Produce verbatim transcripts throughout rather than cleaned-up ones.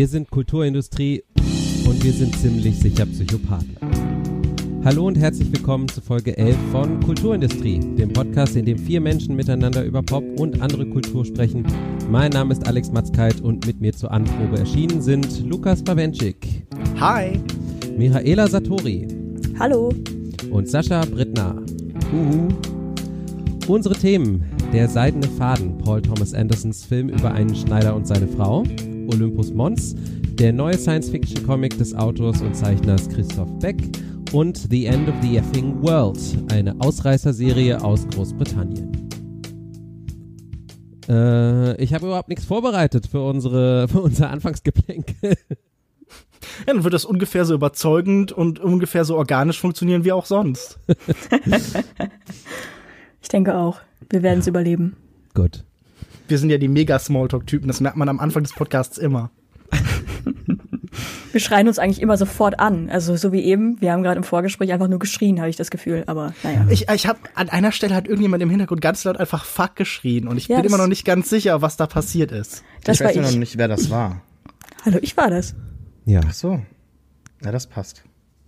Wir sind Kulturindustrie und wir sind ziemlich sicher Psychopathen. Hallo und herzlich willkommen zu Folge elf von Kulturindustrie, dem Podcast, in dem vier Menschen miteinander über Pop und andere Kultur sprechen. Mein Name ist Alex Matzkeit und mit mir zur Anprobe erschienen sind Lukas Bawenschik. Hi. Michaela Satori. Hallo. Und Sascha Brittner. Uhu. Unsere Themen: Der seidene Faden, Paul Thomas Andersons Film über einen Schneider und seine Frau, Olympus Mons, der neue Science-Fiction-Comic des Autors und Zeichners Christoph Beck und The End of the Effing World, eine Ausreißerserie aus Großbritannien. Äh, ich habe überhaupt nichts vorbereitet für unsere für unser Anfangsgeplänkel. Ja, dann wird das ungefähr so überzeugend und ungefähr so organisch funktionieren wie auch sonst. Ich denke auch. Wir werden es überleben. Gut. Wir sind ja die Mega-Smalltalk-Typen, das merkt man am Anfang des Podcasts immer. Wir schreien uns eigentlich immer sofort an. Also so wie eben, wir haben gerade im Vorgespräch einfach nur geschrien, habe ich das Gefühl. Aber naja. Ich, ich habe an einer Stelle hat irgendjemand im Hintergrund ganz laut einfach Fuck geschrien. Und ich ja, bin immer noch nicht ganz sicher, was da passiert ist. Das ich weiß ja noch nicht, wer das war. Hallo, ich war das. Ja. Ach so. Ja, das passt.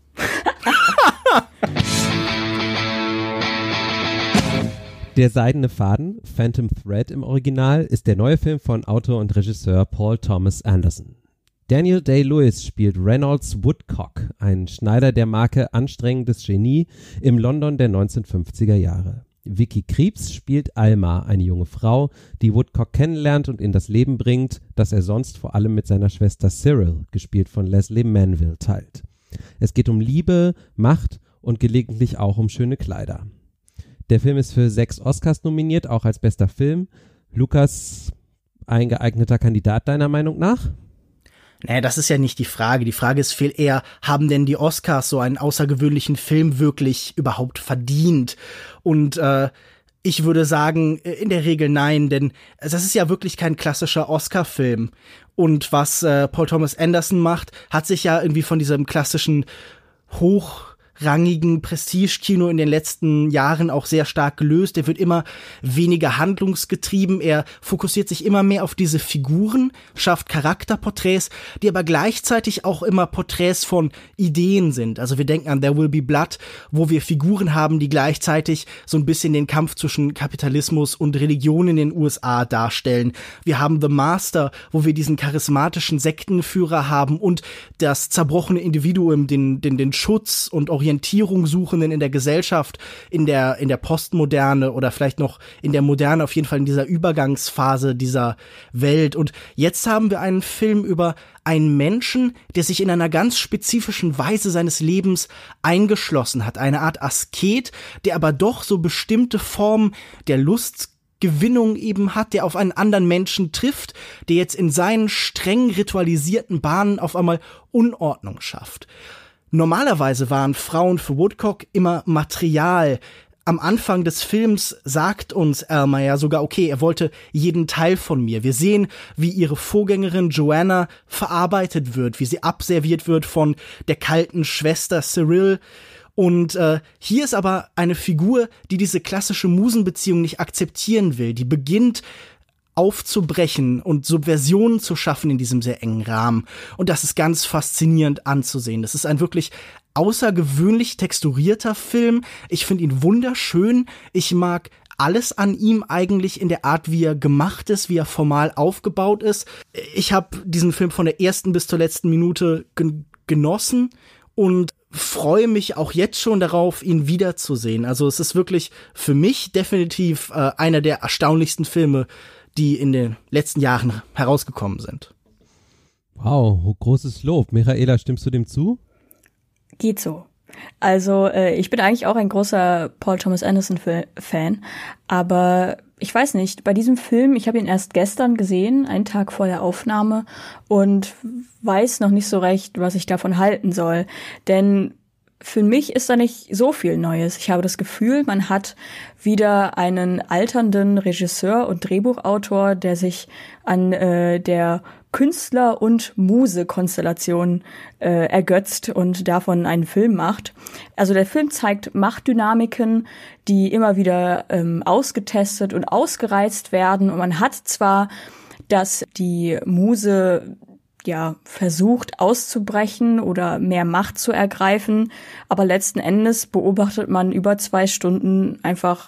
Der seidene Faden, Phantom Thread im Original, ist der neue Film von Autor und Regisseur Paul Thomas Anderson. Daniel Day-Lewis spielt Reynolds Woodcock, einen Schneider der Marke Anstrengendes Genie im London der neunzehnhundertfünfziger Jahre. Vicky Krieps spielt Alma, eine junge Frau, die Woodcock kennenlernt und in das Leben bringt, das er sonst vor allem mit seiner Schwester Cyril, gespielt von Leslie Manville, teilt. Es geht um Liebe, Macht und gelegentlich auch um schöne Kleider. Der Film ist für sechs Oscars nominiert, auch als bester Film. Lukas, ein geeigneter Kandidat deiner Meinung nach? Naja, das ist ja nicht die Frage. Die Frage ist viel eher, haben denn die Oscars so einen außergewöhnlichen Film wirklich überhaupt verdient? Und äh, ich würde sagen, in der Regel nein, denn das ist ja wirklich kein klassischer Oscar-Film. Und was äh, Paul Thomas Anderson macht, hat sich ja irgendwie von diesem klassischen Hoch rangigen Prestige-Kino in den letzten Jahren auch sehr stark gelöst. Er wird immer weniger handlungsgetrieben. Er fokussiert sich immer mehr auf diese Figuren, schafft Charakterporträts, die aber gleichzeitig auch immer Porträts von Ideen sind. Also wir denken an There Will Be Blood, wo wir Figuren haben, die gleichzeitig so ein bisschen den Kampf zwischen Kapitalismus und Religion in den U S A darstellen. Wir haben The Master, wo wir diesen charismatischen Sektenführer haben und das zerbrochene Individuum, den, den, den Schutz und Orientierung suchenden in der Gesellschaft, in der, in der Postmoderne oder vielleicht noch in der Moderne, auf jeden Fall in dieser Übergangsphase dieser Welt. Und jetzt haben wir einen Film über einen Menschen, der sich in einer ganz spezifischen Weise seines Lebens eingeschlossen hat. Eine Art Asket, der aber doch so bestimmte Formen der Lustgewinnung eben hat, der auf einen anderen Menschen trifft, der jetzt in seinen streng ritualisierten Bahnen auf einmal Unordnung schafft. Normalerweise waren Frauen für Woodcock immer Material. Am Anfang des Films sagt uns Alma ja sogar, okay, er wollte jeden Teil von mir. Wir sehen, wie ihre Vorgängerin Joanna verarbeitet wird, wie sie abserviert wird von der kalten Schwester Cyril. Und äh, hier ist aber eine Figur, die diese klassische Musenbeziehung nicht akzeptieren will. Die beginnt aufzubrechen und Subversionen zu schaffen in diesem sehr engen Rahmen. Und das ist ganz faszinierend anzusehen. Das ist ein wirklich außergewöhnlich texturierter Film. Ich finde ihn wunderschön. Ich mag alles an ihm eigentlich in der Art, wie er gemacht ist, wie er formal aufgebaut ist. Ich habe diesen Film von der ersten bis zur letzten Minute gen- genossen und freue mich auch jetzt schon darauf, ihn wiederzusehen. Also es ist wirklich für mich definitiv äh, einer der erstaunlichsten Filme, die in den letzten Jahren herausgekommen sind. Wow, großes Lob. Michaela, stimmst du dem zu? Geht so. Also äh, ich bin eigentlich auch ein großer Paul Thomas Anderson-Fan, aber ich weiß nicht, bei diesem Film, ich habe ihn erst gestern gesehen, einen Tag vor der Aufnahme, und weiß noch nicht so recht, was ich davon halten soll, denn für mich ist da nicht so viel Neues. Ich habe das Gefühl, man hat wieder einen alternden Regisseur und Drehbuchautor, der sich an äh, der Künstler- und Muse-Konstellation äh, ergötzt und davon einen Film macht. Also der Film zeigt Machtdynamiken, die immer wieder ähm, ausgetestet und ausgereizt werden. Und man hat zwar, dass die Muse ja, versucht auszubrechen oder mehr Macht zu ergreifen. Aber letzten Endes beobachtet man über zwei Stunden einfach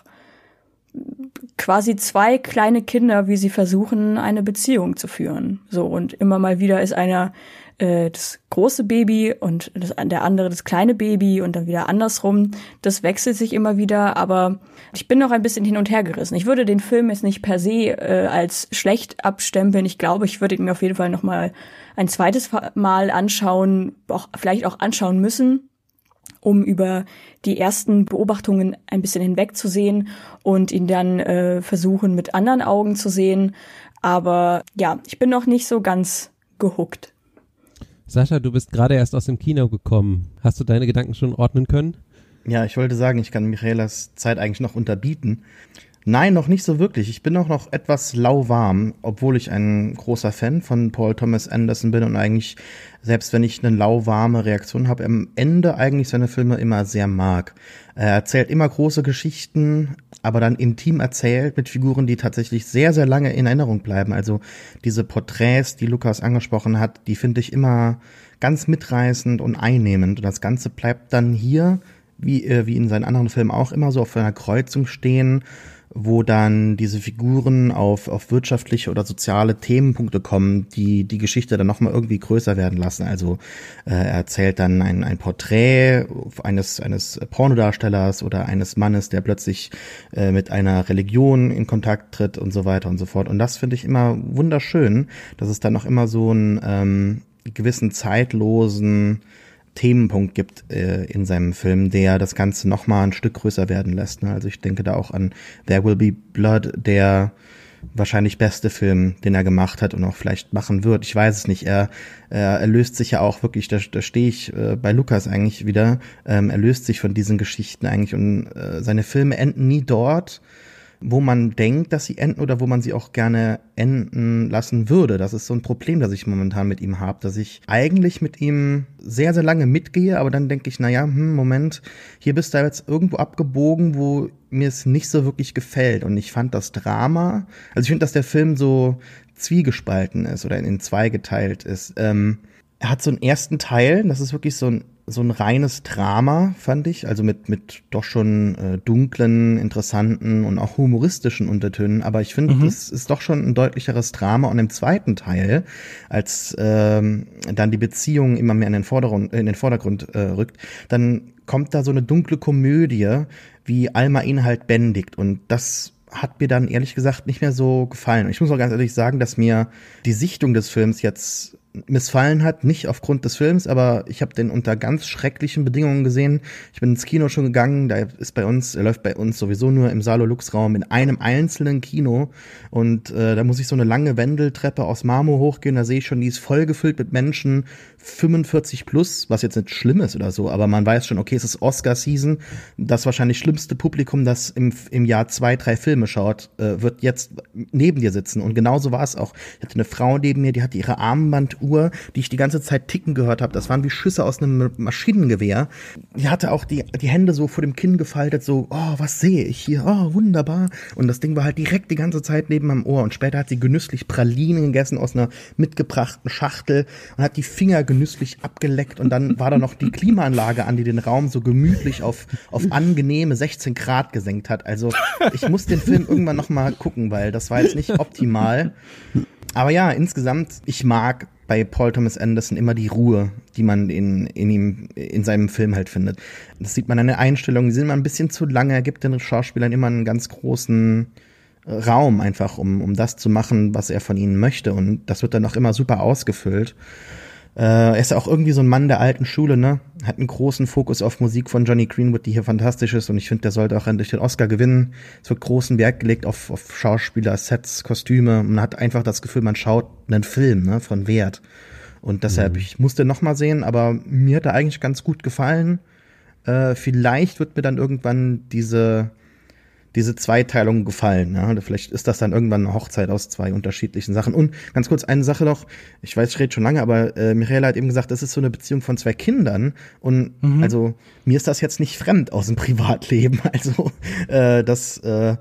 quasi zwei kleine Kinder, wie sie versuchen, eine Beziehung zu führen. So, und immer mal wieder ist einer äh, das große Baby und das, der andere das kleine Baby und dann wieder andersrum. Das wechselt sich immer wieder, aber ich bin noch ein bisschen hin und her gerissen. Ich würde den Film jetzt nicht per se äh, als schlecht abstempeln. Ich glaube, ich würde ihn mir auf jeden Fall noch mal ein zweites Mal anschauen, auch vielleicht auch anschauen müssen, um über die ersten Beobachtungen ein bisschen hinwegzusehen und ihn dann äh, versuchen, mit anderen Augen zu sehen. Aber ja, ich bin noch nicht so ganz gehuckt. Sascha, du bist gerade erst aus dem Kino gekommen. Hast du deine Gedanken schon ordnen können? Ja, ich wollte sagen, ich kann Michaelas Zeit eigentlich noch unterbieten. Nein, noch nicht so wirklich. Ich bin auch noch etwas lauwarm, obwohl ich ein großer Fan von Paul Thomas Anderson bin und eigentlich, selbst wenn ich eine lauwarme Reaktion habe, am Ende eigentlich seine Filme immer sehr mag. Er erzählt immer große Geschichten, aber dann intim erzählt mit Figuren, die tatsächlich sehr, sehr lange in Erinnerung bleiben. Also diese Porträts, die Lukas angesprochen hat, die finde ich immer ganz mitreißend und einnehmend. Und das Ganze bleibt dann hier, wie, äh, wie in seinen anderen Filmen auch, immer so auf einer Kreuzung stehen, wo dann diese Figuren auf, auf wirtschaftliche oder soziale Themenpunkte kommen, die die Geschichte dann nochmal irgendwie größer werden lassen. Also äh, er erzählt dann ein, ein Porträt eines, eines Pornodarstellers oder eines Mannes, der plötzlich äh, mit einer Religion in Kontakt tritt und so weiter und so fort. Und das finde ich immer wunderschön, dass es dann noch immer so einen ähm, gewissen zeitlosen Themenpunkt gibt äh, in seinem Film, der das Ganze noch mal ein Stück größer werden lässt. Ne? Also ich denke da auch an There Will Be Blood, der wahrscheinlich beste Film, den er gemacht hat und auch vielleicht machen wird. Ich weiß es nicht. Er, er, er löst sich ja auch wirklich, da, da stehe ich äh, bei Lukas eigentlich wieder, ähm, er löst sich von diesen Geschichten eigentlich und äh, seine Filme enden nie dort, wo man denkt, dass sie enden oder wo man sie auch gerne enden lassen würde. Das ist so ein Problem, das ich momentan mit ihm habe, dass ich eigentlich mit ihm sehr, sehr lange mitgehe, aber dann denke ich, naja, hm, Moment, hier bist du jetzt irgendwo abgebogen, wo mir es nicht so wirklich gefällt. Und ich fand das Drama, also ich finde, dass der Film so zwiegespalten ist oder in zwei geteilt ist. Ähm, er hat so einen ersten Teil, das ist wirklich so ein so ein reines Drama, fand ich, also mit mit doch schon äh, dunklen, interessanten und auch humoristischen Untertönen, aber ich finde, mhm. das ist doch schon ein deutlicheres Drama. Und im zweiten Teil, als ähm, dann die Beziehung immer mehr in den Vordergrund, in den Vordergrund äh, rückt, dann kommt da so eine dunkle Komödie, wie Alma ihn halt bändigt, und das hat mir dann ehrlich gesagt nicht mehr so gefallen. Und ich muss auch ganz ehrlich sagen, dass mir die Sichtung des Films jetzt missfallen hat, nicht aufgrund des Films, aber ich habe den unter ganz schrecklichen Bedingungen gesehen. Ich bin ins Kino schon gegangen, da ist bei uns, er läuft bei uns sowieso nur im Salo-Lux-Raum in einem einzelnen Kino, und äh, da muss ich so eine lange Wendeltreppe aus Marmor hochgehen, da sehe ich schon, die ist voll gefüllt mit Menschen, fünfundvierzig plus, was jetzt nicht schlimm ist oder so, aber man weiß schon, okay, es ist Oscar-Season, das wahrscheinlich schlimmste Publikum, das im, im Jahr zwei, drei Filme schaut, äh, wird jetzt neben dir sitzen, und genauso war es auch. Ich hatte eine Frau neben mir, die hatte ihre Armbanduhr, die ich die ganze Zeit ticken gehört habe, das waren wie Schüsse aus einem Maschinengewehr. Die hatte auch die, die Hände so vor dem Kinn gefaltet, so, oh, was sehe ich hier, oh, wunderbar. Und das Ding war halt direkt die ganze Zeit neben meinem Ohr, und später hat sie genüsslich Pralinen gegessen aus einer mitgebrachten Schachtel und hat die Finger genüsslich abgeleckt, und dann war da noch die Klimaanlage an, die den Raum so gemütlich auf, auf angenehme sechzehn Grad gesenkt hat. Also ich muss den Film irgendwann noch mal gucken, weil das war jetzt nicht optimal. Aber ja, insgesamt, ich mag bei Paul Thomas Anderson immer die Ruhe, die man in, in ihm, in seinem Film halt findet. Das sieht man an der Einstellung, die sind immer ein bisschen zu lange, er gibt den Schauspielern immer einen ganz großen Raum einfach, um, um das zu machen, was er von ihnen möchte, und das wird dann auch immer super ausgefüllt. Äh, er ist auch irgendwie so ein Mann der alten Schule, ne? Hat einen großen Fokus auf Musik von Johnny Greenwood, die hier fantastisch ist, und ich finde, der sollte auch endlich den Oscar gewinnen. Es wird großen Wert gelegt auf, auf Schauspieler, Sets, Kostüme. Man hat einfach das Gefühl, man schaut einen Film, ne, von Wert. Und deshalb, mhm. ich musste noch mal sehen, aber mir hat er eigentlich ganz gut gefallen. Äh, vielleicht wird mir dann irgendwann diese diese Zweiteilung gefallen. Ja? Vielleicht ist das dann irgendwann eine Hochzeit aus zwei unterschiedlichen Sachen. Und ganz kurz eine Sache noch, ich weiß, ich rede schon lange, aber äh, Michaela hat eben gesagt, das ist so eine Beziehung von zwei Kindern. Und mhm. also mir ist das jetzt nicht fremd aus dem Privatleben. Also äh, das äh,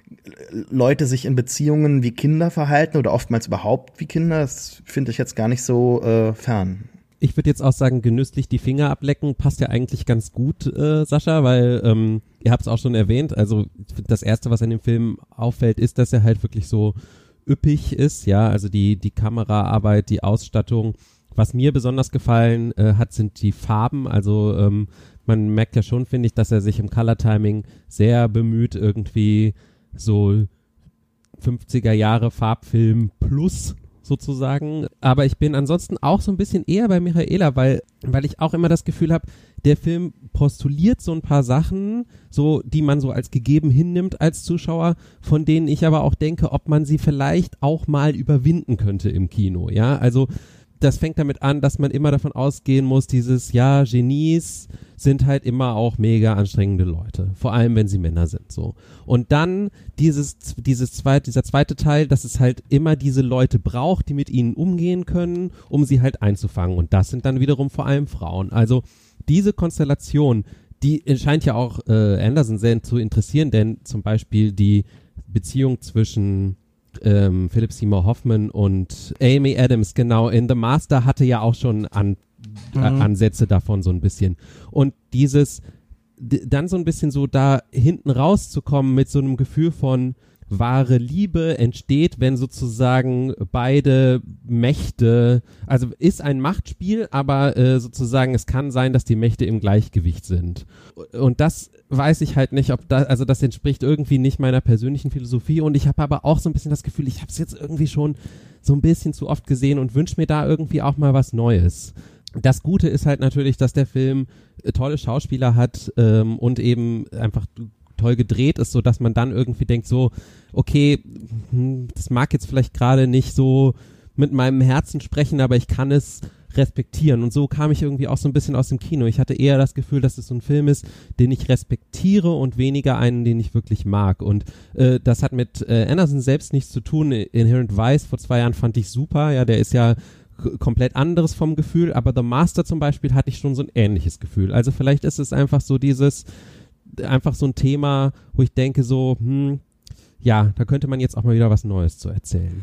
Leute sich in Beziehungen wie Kinder verhalten oder oftmals überhaupt wie Kinder, das finde ich jetzt gar nicht so äh, fern. Ich würde jetzt auch sagen, genüsslich die Finger ablecken passt ja eigentlich ganz gut, äh, Sascha, weil ähm, ihr habt es auch schon erwähnt, also das Erste, was an dem Film auffällt, ist, dass er halt wirklich so üppig ist, ja, also die, die Kameraarbeit, die Ausstattung. Was mir besonders gefallen äh, hat, sind die Farben, also ähm, man merkt ja schon, finde ich, dass er sich im Color Timing sehr bemüht, irgendwie so fünfziger Jahre Farbfilm plus sozusagen. Aber ich bin ansonsten auch so ein bisschen eher bei Michaela, weil, weil ich auch immer das Gefühl habe, der Film postuliert so ein paar Sachen, so, die man so als gegeben hinnimmt als Zuschauer, von denen ich aber auch denke, ob man sie vielleicht auch mal überwinden könnte im Kino, ja, also das fängt damit an, dass man immer davon ausgehen muss, dieses, ja, Genies sind halt immer auch mega anstrengende Leute. Vor allem, wenn sie Männer sind, so. Und dann dieses, dieses zweite, dieser zweite Teil, dass es halt immer diese Leute braucht, die mit ihnen umgehen können, um sie halt einzufangen. Und das sind dann wiederum vor allem Frauen. Also, diese Konstellation, die scheint ja auch äh, Anderson sehr zu interessieren, denn zum Beispiel die Beziehung zwischen Ähm, Philip Seymour Hoffman und Amy Adams, genau, in The Master hatte ja auch schon an, mhm. äh, Ansätze davon so ein bisschen. Und dieses, d- dann so ein bisschen so da hinten rauszukommen mit so einem Gefühl von wahre Liebe entsteht, wenn sozusagen beide Mächte, also ist ein Machtspiel, aber äh, sozusagen es kann sein, dass die Mächte im Gleichgewicht sind. Und das weiß ich halt nicht, ob da, also das entspricht irgendwie nicht meiner persönlichen Philosophie und ich habe aber auch so ein bisschen das Gefühl, ich habe es jetzt irgendwie schon so ein bisschen zu oft gesehen und wünsche mir da irgendwie auch mal was Neues. Das Gute ist halt natürlich, dass der Film äh, tolle Schauspieler hat ähm, und eben einfach toll gedreht ist, so dass man dann irgendwie denkt so, okay, hm, das mag jetzt vielleicht gerade nicht so mit meinem Herzen sprechen, aber ich kann es respektieren. Und so kam ich irgendwie auch so ein bisschen aus dem Kino. Ich hatte eher das Gefühl, dass es so ein Film ist, den ich respektiere und weniger einen, den ich wirklich mag. Und äh, das hat mit äh, Anderson selbst nichts zu tun. Inherent Vice vor zwei Jahren fand ich super. Ja, der ist ja k- komplett anderes vom Gefühl. Aber The Master zum Beispiel hatte ich schon so ein ähnliches Gefühl. Also vielleicht ist es einfach so dieses, einfach so ein Thema, wo ich denke so, hm, ja, da könnte man jetzt auch mal wieder was Neues zu erzählen.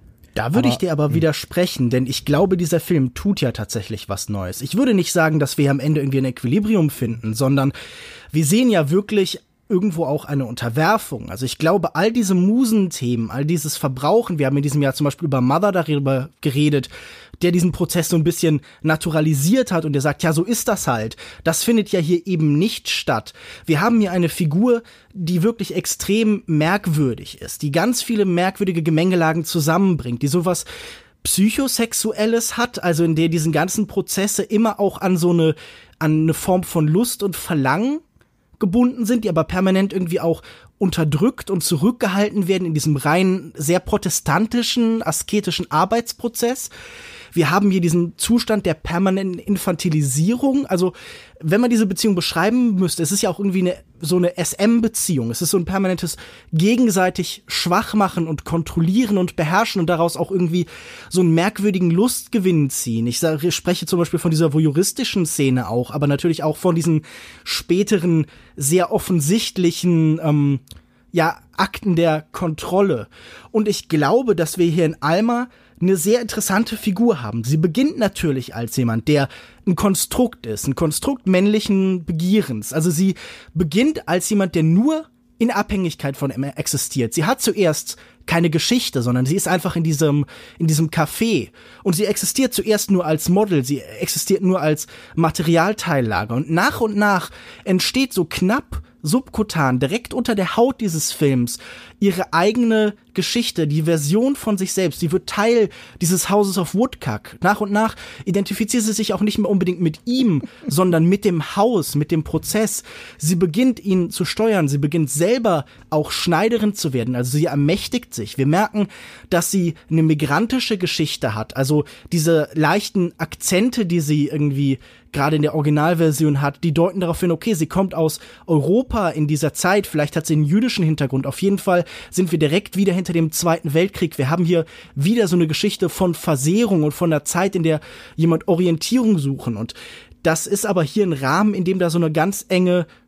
Da würde ich dir aber widersprechen, denn ich glaube, dieser Film tut ja tatsächlich was Neues. Ich würde nicht sagen, dass wir am Ende irgendwie ein Equilibrium finden, sondern wir sehen ja wirklich irgendwo auch eine Unterwerfung. Also ich glaube, all diese Musenthemen, all dieses Verbrauchen, wir haben in diesem Jahr zum Beispiel über Mother darüber geredet, der diesen Prozess so ein bisschen naturalisiert hat und der sagt, ja, so ist das halt. Das findet ja hier eben nicht statt. Wir haben hier eine Figur, die wirklich extrem merkwürdig ist, die ganz viele merkwürdige Gemengelagen zusammenbringt, die sowas Psychosexuelles hat, also in der diesen ganzen Prozesse immer auch an so eine, an eine Form von Lust und Verlangen gebunden sind, die aber permanent irgendwie auch unterdrückt und zurückgehalten werden in diesem rein sehr protestantischen, asketischen Arbeitsprozess. Wir haben hier diesen Zustand der permanenten Infantilisierung. Also, wenn man diese Beziehung beschreiben müsste, es ist ja auch irgendwie eine, so eine S M-Beziehung. Es ist so ein permanentes gegenseitig Schwachmachen und kontrollieren und beherrschen und daraus auch irgendwie so einen merkwürdigen Lustgewinn ziehen. Ich sage, ich spreche zum Beispiel von dieser voyeuristischen Szene auch, aber natürlich auch von diesen späteren, sehr offensichtlichen, ähm, ja, Akten der Kontrolle. Und ich glaube, dass wir hier in Alma eine sehr interessante Figur haben. Sie beginnt natürlich als jemand, der ein Konstrukt ist, ein Konstrukt männlichen Begierens. Also sie beginnt als jemand, der nur in Abhängigkeit von ihm existiert. Sie hat zuerst keine Geschichte, sondern sie ist einfach in diesem, in diesem Café. Und sie existiert zuerst nur als Model, sie existiert nur als Materialteillager. Und nach und nach entsteht so knapp subkutan, direkt unter der Haut dieses Films, ihre eigene Geschichte, die Version von sich selbst, die wird Teil dieses Houses of Woodcock. Nach und nach identifiziert sie sich auch nicht mehr unbedingt mit ihm, sondern mit dem Haus, mit dem Prozess. Sie beginnt ihn zu steuern, sie beginnt selber auch Schneiderin zu werden, also sie ermächtigt sich. Wir merken, dass sie eine migrantische Geschichte hat, also diese leichten Akzente, die sie irgendwie gerade in der Originalversion hat, die deuten darauf hin, okay, sie kommt aus Europa in dieser Zeit, vielleicht hat sie einen jüdischen Hintergrund. Auf jeden Fall sind wir direkt wieder hinter dem Zweiten Weltkrieg. Wir haben hier wieder so eine Geschichte von Versehrung und von einer Zeit, in der jemand Orientierung suchen. Und das ist aber hier ein Rahmen, in dem da so eine ganz enge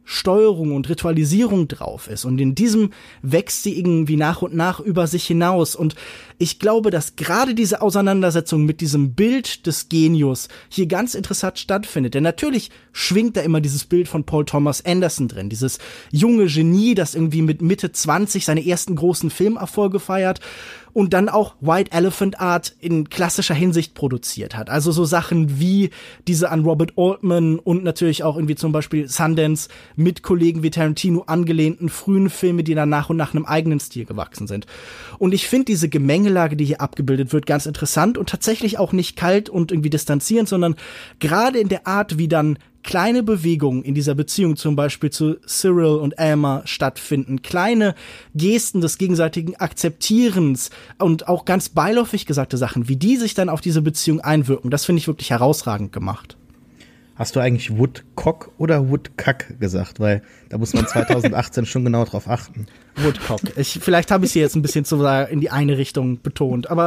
Steuerung und Ritualisierung drauf ist. Und in diesem wächst sie irgendwie nach und nach über sich hinaus. Und ich glaube, dass gerade diese Auseinandersetzung mit diesem Bild des Genius hier ganz interessant stattfindet. Denn natürlich schwingt da immer dieses Bild von Paul Thomas Anderson drin. Dieses junge Genie, das irgendwie mit Mitte zwanzig seine ersten großen Filmerfolge feiert und dann auch White Elephant Art in klassischer Hinsicht produziert hat. Also so Sachen wie diese an Robert Altman und natürlich auch irgendwie zum Beispiel Sundance mit Kollegen wie Tarantino angelehnten frühen Filme, die dann nach und nach einem eigenen Stil gewachsen sind. Und ich finde diese Gemengelage, die hier abgebildet wird, ganz interessant und tatsächlich auch nicht kalt und irgendwie distanzierend, sondern gerade in der Art, wie dann kleine Bewegungen in dieser Beziehung zum Beispiel zu Cyril und Alma stattfinden, kleine Gesten des gegenseitigen Akzeptierens und auch ganz beiläufig gesagte Sachen, wie die sich dann auf diese Beziehung einwirken, das finde ich wirklich herausragend gemacht. Hast du eigentlich Woodcock oder Woodcock gesagt? Weil da muss man zwanzig achtzehn schon genau drauf achten. Woodcock. Ich, vielleicht habe ich sie jetzt ein bisschen zu in die eine Richtung betont, aber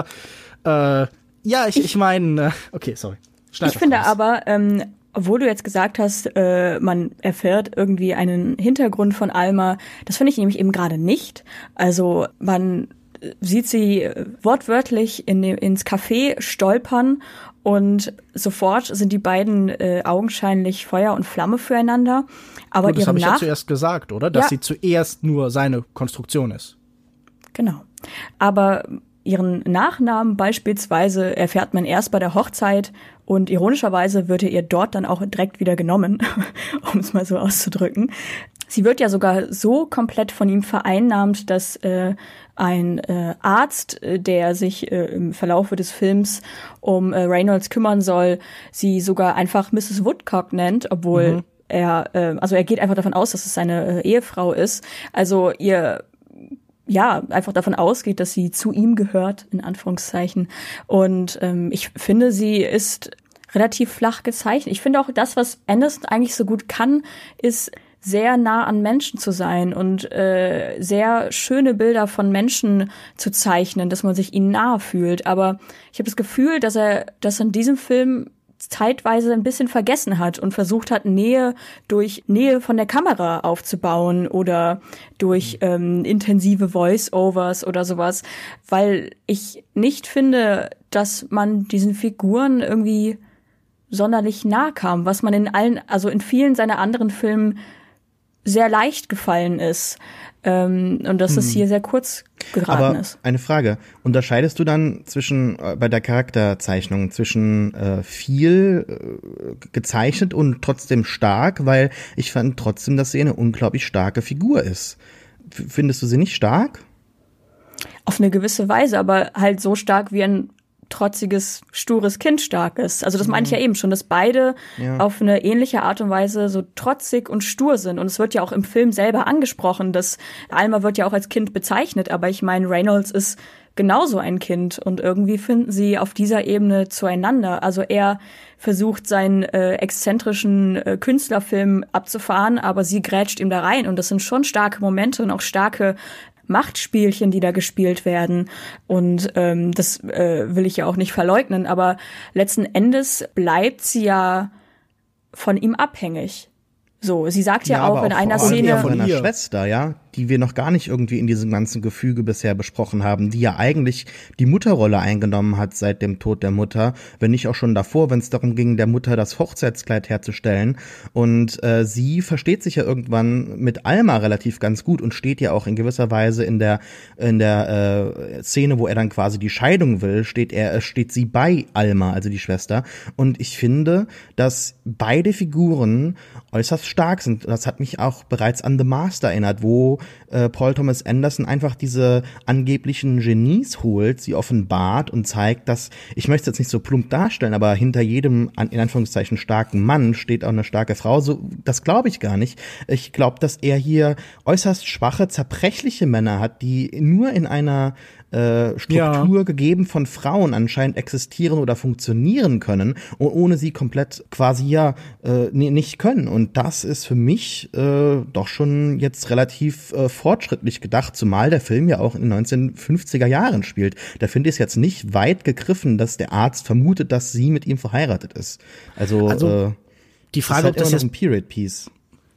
äh, ja, ich, ich meine, äh, okay, sorry. Schneid ich finde raus. aber, ähm, obwohl du jetzt gesagt hast, äh, man erfährt irgendwie einen Hintergrund von Alma, das finde ich nämlich eben gerade nicht. Also man sieht sie wortwörtlich in, ins Café stolpern und sofort sind die beiden äh, augenscheinlich Feuer und Flamme füreinander. Aber Gut, das ihre habe ich Nach- ja zuerst gesagt, oder? Dass ja. sie zuerst nur seine Konstruktion ist. Genau. Aber ihren Nachnamen beispielsweise erfährt man erst bei der Hochzeit und ironischerweise wird er ihr dort dann auch direkt wieder genommen, um es mal so auszudrücken. Sie wird ja sogar so komplett von ihm vereinnahmt, dass äh, ein äh, Arzt, der sich äh, im Verlaufe des Films um äh, Reynolds kümmern soll, sie sogar einfach Misses Woodcock nennt, obwohl mhm. er, äh, also er geht einfach davon aus, dass es seine äh, Ehefrau ist. Also ihr ja, einfach davon ausgeht, dass sie zu ihm gehört, in Anführungszeichen. Und ähm, ich finde, sie ist relativ flach gezeichnet. Ich finde auch, das, was Anderson eigentlich so gut kann, ist sehr nah an Menschen zu sein und äh, sehr schöne Bilder von Menschen zu zeichnen, dass man sich ihnen nahe fühlt. Aber ich habe das Gefühl, dass er das in diesem Film zeitweise ein bisschen vergessen hat und versucht hat, Nähe durch Nähe von der Kamera aufzubauen oder durch ähm, intensive Voice-Overs oder sowas, weil ich nicht finde, dass man diesen Figuren irgendwie sonderlich nahe kam, was man in allen, also in vielen seiner anderen Filmen sehr leicht gefallen ist. Ähm, und dass hm. es hier sehr kurz geraten Aber ist. Eine Frage, unterscheidest du dann zwischen, äh, bei der Charakterzeichnung, zwischen äh, viel äh, gezeichnet und trotzdem stark? Weil ich fand trotzdem, dass sie eine unglaublich starke Figur ist. F- findest du sie nicht stark? Auf eine gewisse Weise, aber halt so stark wie ein trotziges, stures Kind stark ist. Also das meinte ich ja eben schon, dass beide ja. auf eine ähnliche Art und Weise so trotzig und stur sind. Und es wird ja auch im Film selber angesprochen, dass Alma wird ja auch als Kind bezeichnet, aber ich meine, Reynolds ist genauso ein Kind und irgendwie finden sie auf dieser Ebene zueinander. Also er versucht, seinen äh, exzentrischen äh, Künstlerfilm abzufahren, aber sie grätscht ihm da rein und das sind schon starke Momente und auch starke Machtspielchen, die da gespielt werden. Und ähm, das äh, will ich ja auch nicht verleugnen, aber letzten Endes bleibt sie ja von ihm abhängig. So, sie sagt ja, ja auch in auch einer vor allem Szene von einer Schwester, ja, die wir noch gar nicht irgendwie in diesem ganzen Gefüge bisher besprochen haben, die ja eigentlich die Mutterrolle eingenommen hat seit dem Tod der Mutter, wenn nicht auch schon davor, wenn es darum ging, der Mutter das Hochzeitskleid herzustellen. Und äh, sie versteht sich ja irgendwann mit Alma relativ ganz gut und steht ja auch in gewisser Weise in der in der äh, Szene, wo er dann quasi die Scheidung will, steht er steht sie bei Alma, also die Schwester. Und ich finde, dass beide Figuren äußerst stark sind. Das hat mich auch bereits an The Master erinnert, wo äh, Paul Thomas Anderson einfach diese angeblichen Genies holt, sie offenbart und zeigt, dass, ich möchte es jetzt nicht so plump darstellen, aber hinter jedem, in Anführungszeichen, starken Mann steht auch eine starke Frau. So, das glaube ich gar nicht. Ich glaube, dass er hier äußerst schwache, zerbrechliche Männer hat, die nur in einer äh, Struktur ja. gegeben von Frauen anscheinend existieren oder funktionieren können und ohne sie komplett quasi ja äh, nicht können. Und das ist für mich äh, doch schon jetzt relativ äh, fortschrittlich gedacht, zumal der Film ja auch in den neunzehnhundertfünfziger Jahren spielt. Da finde ich es jetzt nicht weit gegriffen, dass der Arzt vermutet, dass sie mit ihm verheiratet ist. Also, also äh, die Frage, ist halt ob das immer jetzt noch ein Period Piece.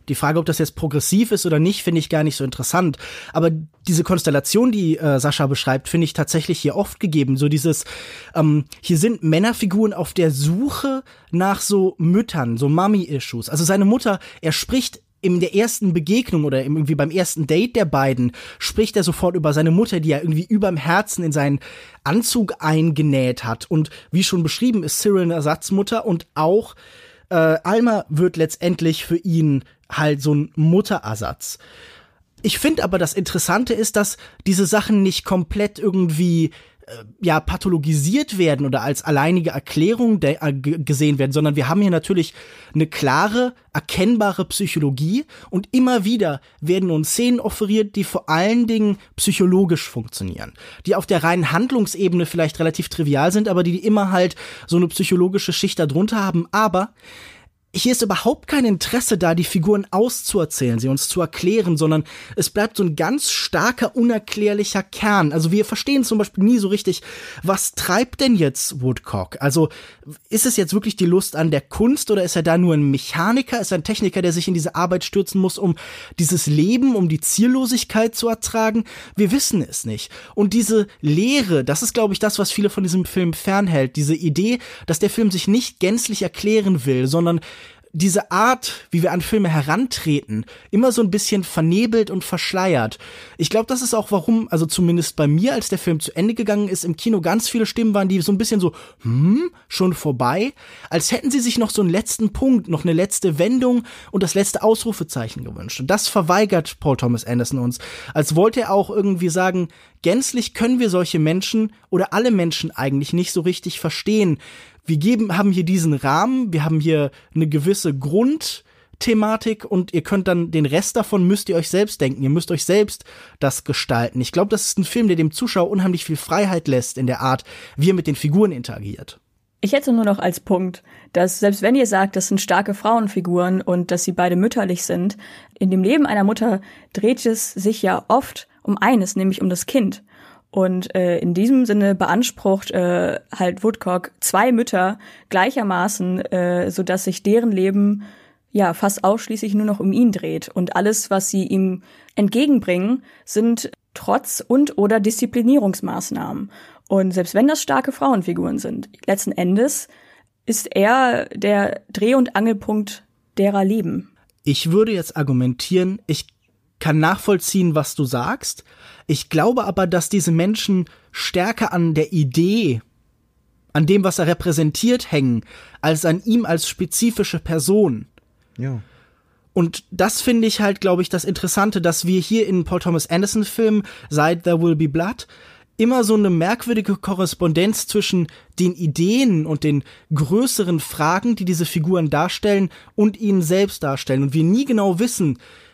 Die Frage, ob das jetzt progressiv ist oder nicht, finde ich gar nicht so interessant. Aber diese Konstellation, die äh, Sascha beschreibt, finde ich tatsächlich hier oft gegeben. So dieses, ähm, hier sind Männerfiguren auf der Suche nach so Müttern, so Mommy-Issues. Also seine Mutter, er spricht in der ersten Begegnung oder irgendwie beim ersten Date der beiden, spricht er sofort über seine Mutter, die er irgendwie überm Herzen in seinen Anzug eingenäht hat. Und wie schon beschrieben, ist Cyril eine Ersatzmutter und auch äh, Alma wird letztendlich für ihn halt so ein Mutterersatz. Ich finde aber, das Interessante ist, dass diese Sachen nicht komplett irgendwie ja pathologisiert werden oder als alleinige Erklärung de- äh, g- gesehen werden, sondern wir haben hier natürlich eine klare, erkennbare Psychologie und immer wieder werden uns Szenen offeriert, die vor allen Dingen psychologisch funktionieren, die auf der reinen Handlungsebene vielleicht relativ trivial sind, aber die immer halt so eine psychologische Schicht darunter haben, aber hier ist überhaupt kein Interesse da, die Figuren auszuerzählen, sie uns zu erklären, sondern es bleibt so ein ganz starker, unerklärlicher Kern. Also wir verstehen zum Beispiel nie so richtig, was treibt denn jetzt Woodcock? Also ist es jetzt wirklich die Lust an der Kunst oder ist er da nur ein Mechaniker, ist er ein Techniker, der sich in diese Arbeit stürzen muss, um dieses Leben, um die Ziellosigkeit zu ertragen? Wir wissen es nicht. Und diese Leere, das ist, glaube ich, das, was viele von diesem Film fernhält. Diese Idee, dass der Film sich nicht gänzlich erklären will, sondern diese Art, wie wir an Filme herantreten, immer so ein bisschen vernebelt und verschleiert. Ich glaube, das ist auch warum, also zumindest bei mir, als der Film zu Ende gegangen ist, im Kino ganz viele Stimmen waren, die so ein bisschen so, hm, schon vorbei? Als hätten sie sich noch so einen letzten Punkt, noch eine letzte Wendung und das letzte Ausrufezeichen gewünscht. Und das verweigert Paul Thomas Anderson uns. Als wollte er auch irgendwie sagen, gänzlich können wir solche Menschen oder alle Menschen eigentlich nicht so richtig verstehen. Wir geben, haben hier diesen Rahmen, wir haben hier eine gewisse Grundthematik und ihr könnt dann den Rest davon müsst ihr euch selbst denken, ihr müsst euch selbst das gestalten. Ich glaube, das ist ein Film, der dem Zuschauer unheimlich viel Freiheit lässt in der Art, wie er mit den Figuren interagiert. Ich hätte nur noch als Punkt, dass selbst wenn ihr sagt, das sind starke Frauenfiguren und dass sie beide mütterlich sind, in dem Leben einer Mutter dreht es sich ja oft um eines, nämlich um das Kind. Und äh, in diesem Sinne beansprucht äh, halt Woodcock zwei Mütter gleichermaßen, äh, so dass sich deren Leben ja fast ausschließlich nur noch um ihn dreht. Und alles, was sie ihm entgegenbringen, sind Trotz- und oder Disziplinierungsmaßnahmen. Und selbst wenn das starke Frauenfiguren sind, letzten Endes ist er der Dreh- und Angelpunkt derer Leben. Ich würde jetzt argumentieren, ich kann nachvollziehen, was du sagst. Ich glaube aber, dass diese Menschen stärker an der Idee, an dem, was er repräsentiert, hängen, als an ihm als spezifische Person. Ja. Und das finde ich halt, glaube ich, das Interessante, dass wir hier in Paul Thomas Anderson Filmen, seit There Will Be Blood, immer so eine merkwürdige Korrespondenz zwischen den Ideen und den größeren Fragen, die diese Figuren darstellen, und ihnen selbst darstellen. Und wir nie genau wissen,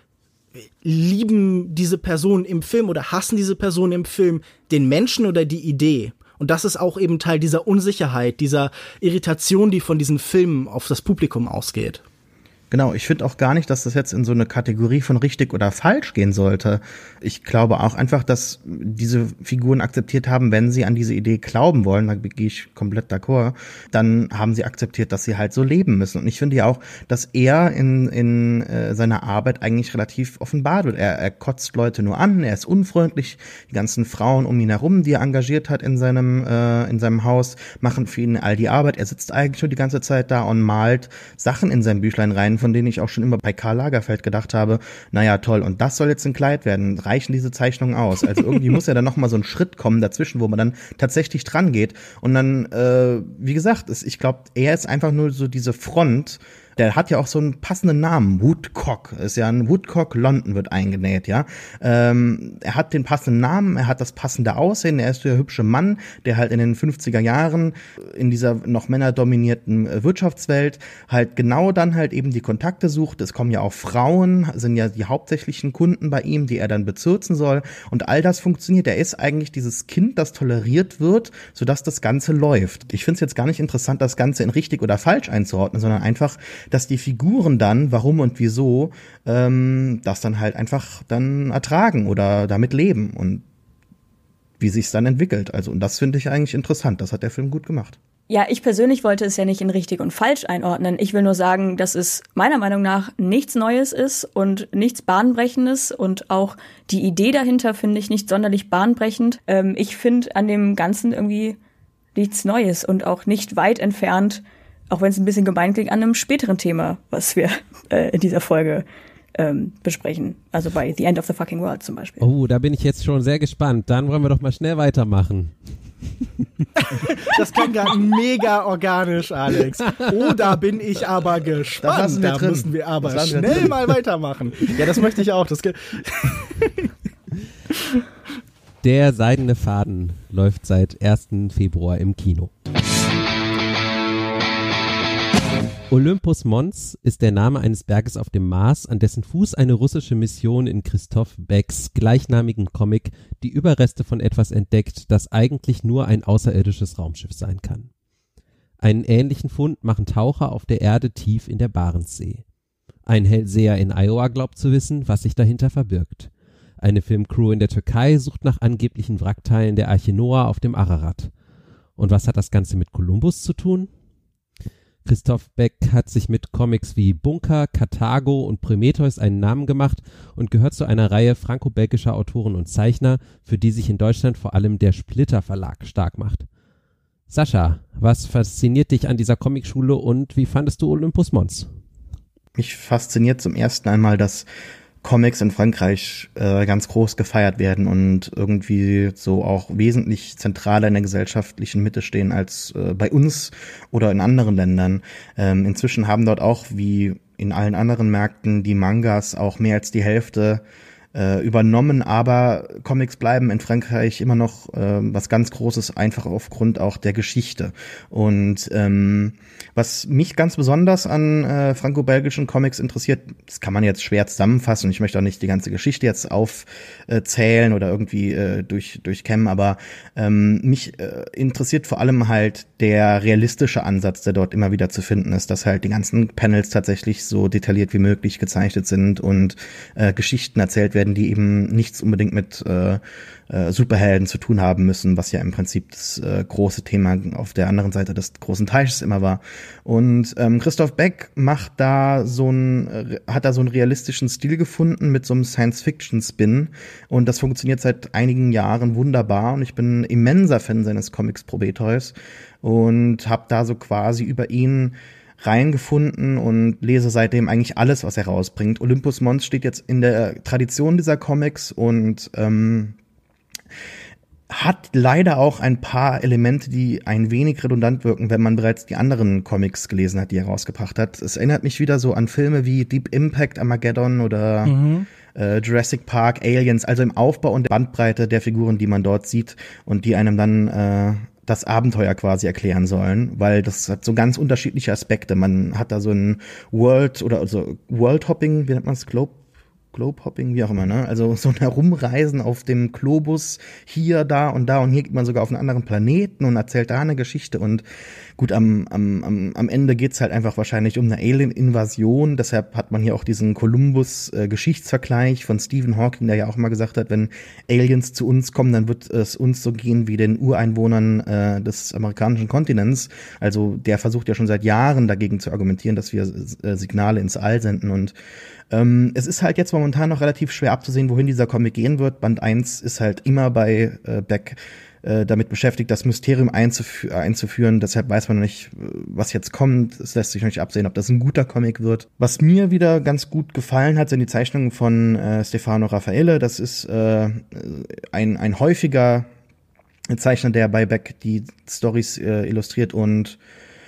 lieben diese Personen im Film oder hassen diese Personen im Film den Menschen oder die Idee? Und das ist auch eben Teil dieser Unsicherheit, dieser Irritation, die von diesen Filmen auf das Publikum ausgeht. Genau, ich finde auch gar nicht, dass das jetzt in so eine Kategorie von richtig oder falsch gehen sollte. Ich glaube auch einfach, dass diese Figuren akzeptiert haben, wenn sie an diese Idee glauben wollen, da gehe ich komplett d'accord, dann haben sie akzeptiert, dass sie halt so leben müssen. Und ich finde ja auch, dass er in, in äh, seiner Arbeit eigentlich relativ offenbart wird. Er, er kotzt Leute nur an, er ist unfreundlich. Die ganzen Frauen um ihn herum, die er engagiert hat in seinem, äh, in seinem Haus, machen für ihn all die Arbeit. Er sitzt eigentlich schon die ganze Zeit da und malt Sachen in sein Büchlein rein, von denen ich auch schon immer bei Karl Lagerfeld gedacht habe, naja, toll, und das soll jetzt ein Kleid werden. Reichen diese Zeichnungen aus? Also irgendwie muss ja dann noch mal so ein Schritt kommen dazwischen, wo man dann tatsächlich dran geht. Und dann, äh, wie gesagt, ist, ich glaube, er ist einfach nur so diese Front. Der hat ja auch so einen passenden Namen. Woodcock. Ist ja ein Woodcock London wird eingenäht, ja. Ähm, er hat den passenden Namen, er hat das passende Aussehen, er ist der hübsche Mann, der halt in den fünfziger Jahren in dieser noch männerdominierten Wirtschaftswelt halt genau dann halt eben die Kontakte sucht. Es kommen ja auch Frauen, sind ja die hauptsächlichen Kunden bei ihm, die er dann bezirzen soll. Und all das funktioniert. Er ist eigentlich dieses Kind, das toleriert wird, sodass das Ganze läuft. Ich finde es jetzt gar nicht interessant, das Ganze in richtig oder falsch einzuordnen, sondern einfach, dass die Figuren dann, warum und wieso, ähm, das dann halt einfach dann ertragen oder damit leben und wie sich's dann entwickelt. Also, und das finde ich eigentlich interessant. Das hat der Film gut gemacht. Ja, ich persönlich wollte es ja nicht in richtig und falsch einordnen. Ich will nur sagen, dass es meiner Meinung nach nichts Neues ist und nichts Bahnbrechendes und auch die Idee dahinter finde ich nicht sonderlich bahnbrechend. Ähm, ich finde an dem Ganzen irgendwie nichts Neues und auch nicht weit entfernt, auch wenn es ein bisschen gemein klingt, an einem späteren Thema, was wir äh, in dieser Folge ähm, besprechen. Also bei The End of the Fucking World zum Beispiel. Oh, da bin ich jetzt schon sehr gespannt. Dann wollen wir doch mal schnell weitermachen. Das klingt gerade mega organisch, Alex. Oh, da bin ich aber gespannt. Das wir da drin. müssen wir aber Das wir schnell drin. mal weitermachen. Ja, das möchte ich auch. Das ge- Der Seidene Faden läuft seit ersten Februar im Kino. Olympus Mons ist der Name eines Berges auf dem Mars, an dessen Fuß eine russische Mission in Christoph Becks gleichnamigen Comic die Überreste von etwas entdeckt, das eigentlich nur ein außerirdisches Raumschiff sein kann. Einen ähnlichen Fund machen Taucher auf der Erde tief in der Barentssee. Ein Hellseher in Iowa glaubt zu wissen, was sich dahinter verbirgt. Eine Filmcrew in der Türkei sucht nach angeblichen Wrackteilen der Arche Noah auf dem Ararat. Und was hat das Ganze mit Kolumbus zu tun? Christoph Beck hat sich mit Comics wie Bunker, Karthago und Prometheus einen Namen gemacht und gehört zu einer Reihe franco-belgischer Autoren und Zeichner, für die sich in Deutschland vor allem der Splitter Verlag stark macht. Sascha, was fasziniert dich an dieser Comicschule und wie fandest du Olympus Mons? Mich fasziniert zum ersten einmal, dass Comics in Frankreich äh, ganz groß gefeiert werden und irgendwie so auch wesentlich zentraler in der gesellschaftlichen Mitte stehen als äh, bei uns oder in anderen Ländern. Ähm, inzwischen haben dort auch, wie in allen anderen Märkten, die Mangas auch mehr als die Hälfte äh, übernommen, aber Comics bleiben in Frankreich immer noch äh, was ganz Großes, einfach aufgrund auch der Geschichte. Und ähm, was mich ganz besonders an äh, franco-belgischen Comics interessiert, das kann man jetzt schwer zusammenfassen. Ich möchte auch nicht die ganze Geschichte jetzt aufzählen oder irgendwie äh, durch durchkämmen, aber ähm, mich äh, interessiert vor allem halt der realistische Ansatz, der dort immer wieder zu finden ist, dass halt die ganzen Panels tatsächlich so detailliert wie möglich gezeichnet sind und äh, Geschichten erzählt werden, die eben nichts unbedingt mit äh, äh, Superhelden zu tun haben müssen, was ja im Prinzip das äh, große Thema auf der anderen Seite des großen Teiches immer war. Und ähm, Christoph Beck macht da so ein, äh, hat da so einen realistischen Stil gefunden mit so einem Science-Fiction-Spin und das funktioniert seit einigen Jahren wunderbar und ich bin immenser Fan seines Comics Prometheus und habe da so quasi über ihn reingefunden und lese seitdem eigentlich alles, was er rausbringt. Olympus Mons steht jetzt in der Tradition dieser Comics und ähm, hat leider auch ein paar Elemente, die ein wenig redundant wirken, wenn man bereits die anderen Comics gelesen hat, die er rausgebracht hat. Es erinnert mich wieder so an Filme wie Deep Impact, Armageddon oder mhm. äh, Jurassic Park, Aliens, also im Aufbau und der Bandbreite der Figuren, die man dort sieht und die einem dann äh, das Abenteuer quasi erklären sollen, weil das hat so ganz unterschiedliche Aspekte. Man hat da so ein World oder also World-Hopping, wie nennt man es, Globe Globe-Hopping, wie auch immer, ne? Also so ein Herumreisen auf dem Globus hier, da und da und hier geht man sogar auf einen anderen Planeten und erzählt da eine Geschichte und gut, am, am, am, am Ende geht's halt einfach wahrscheinlich um eine Alien-Invasion, deshalb hat man hier auch diesen Columbus-Geschichtsvergleich von Stephen Hawking, der ja auch mal gesagt hat, wenn Aliens zu uns kommen, dann wird es uns so gehen wie den Ureinwohnern äh, des amerikanischen Kontinents, also der versucht ja schon seit Jahren dagegen zu argumentieren, dass wir äh, Signale ins All senden und Ähm, es ist halt jetzt momentan noch relativ schwer abzusehen, wohin dieser Comic gehen wird. Band eins ist halt immer bei äh, Beck äh, damit beschäftigt, das Mysterium einzufü- einzuführen. Deshalb weiß man noch nicht, was jetzt kommt. Es lässt sich noch nicht absehen, ob das ein guter Comic wird. Was mir wieder ganz gut gefallen hat, sind die Zeichnungen von äh, Stefano Raffaele. Das ist äh, ein, ein häufiger Zeichner, der bei Beck die Storys äh, illustriert und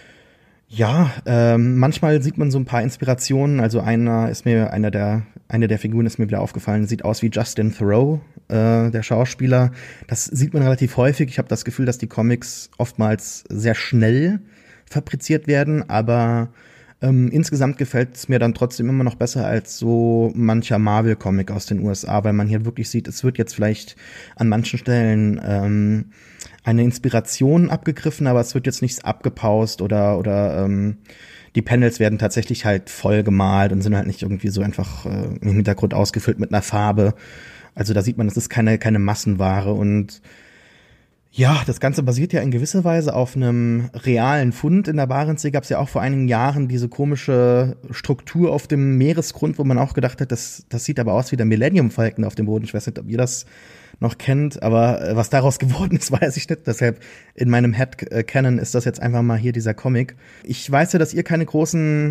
ja, ähm, manchmal sieht man so ein paar Inspirationen. Also einer ist mir, einer der, eine der Figuren ist mir wieder aufgefallen, sieht aus wie Justin Theroux, äh, der Schauspieler. Das sieht man relativ häufig. Ich habe das Gefühl, dass die Comics oftmals sehr schnell fabriziert werden, aber ähm, insgesamt gefällt es mir dann trotzdem immer noch besser als so mancher Marvel-Comic aus den U S A, weil man hier wirklich sieht, es wird jetzt vielleicht an manchen Stellen ähm, eine Inspiration abgegriffen, aber es wird jetzt nichts abgepaust oder oder ähm, die Panels werden tatsächlich halt voll gemalt und sind halt nicht irgendwie so einfach äh, im Hintergrund ausgefüllt mit einer Farbe. Also da sieht man, es ist keine keine Massenware und Ja, das Ganze basiert ja in gewisser Weise auf einem realen Fund. In der Barentssee gab es ja auch vor einigen Jahren diese komische Struktur auf dem Meeresgrund, wo man auch gedacht hat, das, das sieht aber aus wie der Millennium Falcon auf dem Boden. Ich weiß nicht, ob ihr das noch kennt, aber was daraus geworden ist, weiß ich nicht. Deshalb in meinem Headcanon ist das jetzt einfach mal hier dieser Comic. Ich weiß ja, dass ihr keine großen